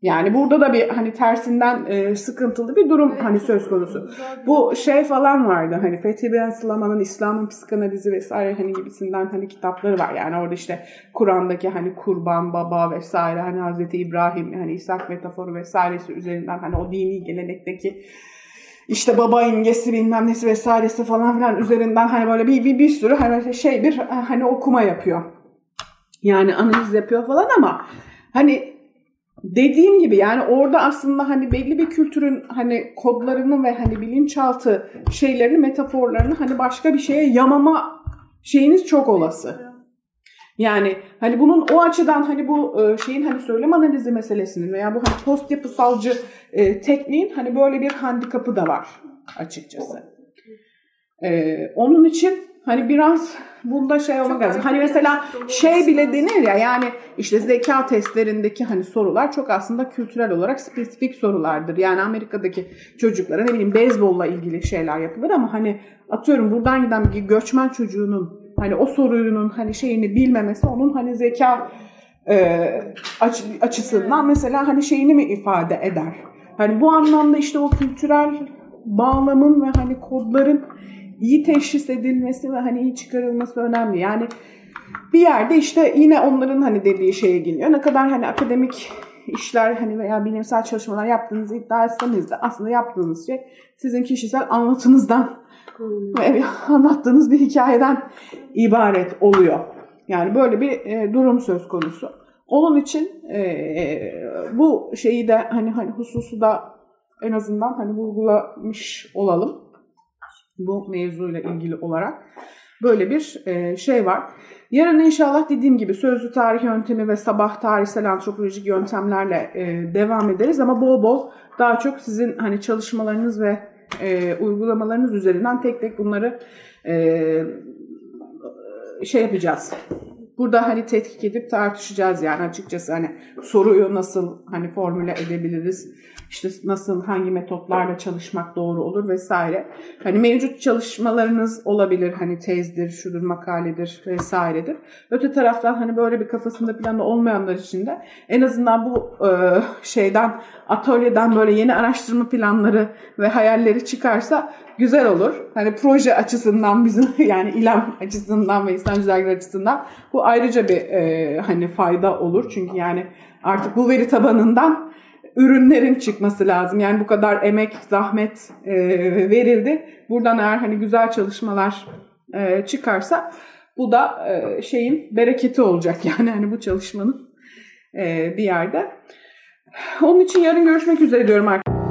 Yani burada da bir hani tersinden e, sıkıntılı bir durum hani söz konusu. Bu şey falan vardı hani Fethi Ben Sıla'nın İslam'ın psikanalizi vesaire hani gibisinden hani kitapları var. Yani orada işte Kur'an'daki hani kurban, baba vesaire hani Hazreti İbrahim hani İshak metaforu vesairesi üzerinden hani o dini gelenekteki işte baba imgesi bilmem nesi vesairesi falan filan üzerinden hani böyle bir, bir, bir sürü hani şey bir hani okuma yapıyor. Yani analiz yapıyor falan ama hani dediğim gibi yani orada aslında hani belli bir kültürün hani kodlarını ve hani bilinçaltı şeylerini, metaforlarını hani başka bir şeye yamama şeyiniz çok olası. Yani hani bunun o açıdan hani bu şeyin hani söylem analizi meselesinin veya bu hani post yapısalcı e, tekniğin hani böyle bir handikapı da var açıkçası. E, onun için hani biraz bunda şey olmak lazım. Hani mesela şey bile denir ya yani işte zeka testlerindeki hani sorular çok aslında kültürel olarak spesifik sorulardır. Yani Amerika'daki çocuklara ne bileyim beyzbolla ilgili şeyler yapılır ama hani atıyorum buradan giden bir göçmen çocuğunun hani o sorunun hani şeyini bilmemesi onun hani zeka e, aç, açısından mesela hani şeyini mi ifade eder? Hani bu anlamda işte o kültürel bağlamın ve hani kodların iyi teşhis edilmesi ve hani iyi çıkarılması önemli. Yani bir yerde işte yine onların hani dediği şeye geliyor. Ne kadar hani akademik işler hani veya bilimsel çalışmalar yaptığınızı iddia etseniz de aslında yaptığınız şey sizin kişisel anlatınızdan ve anlattığınız bir hikayeden ibaret oluyor. Yani böyle bir e, durum söz konusu. Onun için e, e, bu şeyi de hani hani hususu da en azından hani vurgulamış olalım. Bu mevzuyla ilgili olarak böyle bir e, şey var. Yarın inşallah dediğim gibi sözlü tarih yöntemi ve sabah tarihsel antropolojik yöntemlerle e, devam ederiz ama bol bol daha çok sizin hani çalışmalarınız ve e, uygulamalarınız üzerinden tek tek bunları e, şey yapacağız. Burada hani tetkik edip tartışacağız yani açıkçası hani soruyu nasıl hani formüle edebiliriz, işte nasıl hangi metotlarla çalışmak doğru olur vesaire. Hani mevcut çalışmalarınız olabilir hani tezdir, şudur makaledir vesairedir. Öte taraftan hani böyle bir kafasında planı olmayanlar için de en azından bu e, şeyden atölyeden böyle yeni araştırma planları ve hayalleri çıkarsa güzel olur. Hani proje açısından bizim yani İLAM açısından ve İslamcı dergiler açısından bu ayrıca bir e, hani fayda olur. Çünkü yani artık bu veri tabanından ürünlerin çıkması lazım. Yani bu kadar emek, zahmet e, verildi. Buradan eğer hani güzel çalışmalar e, çıkarsa bu da e, şeyin bereketi olacak. Yani hani bu çalışmanın e, bir yerde. Onun için yarın görüşmek üzere diyorum arkadaşlar.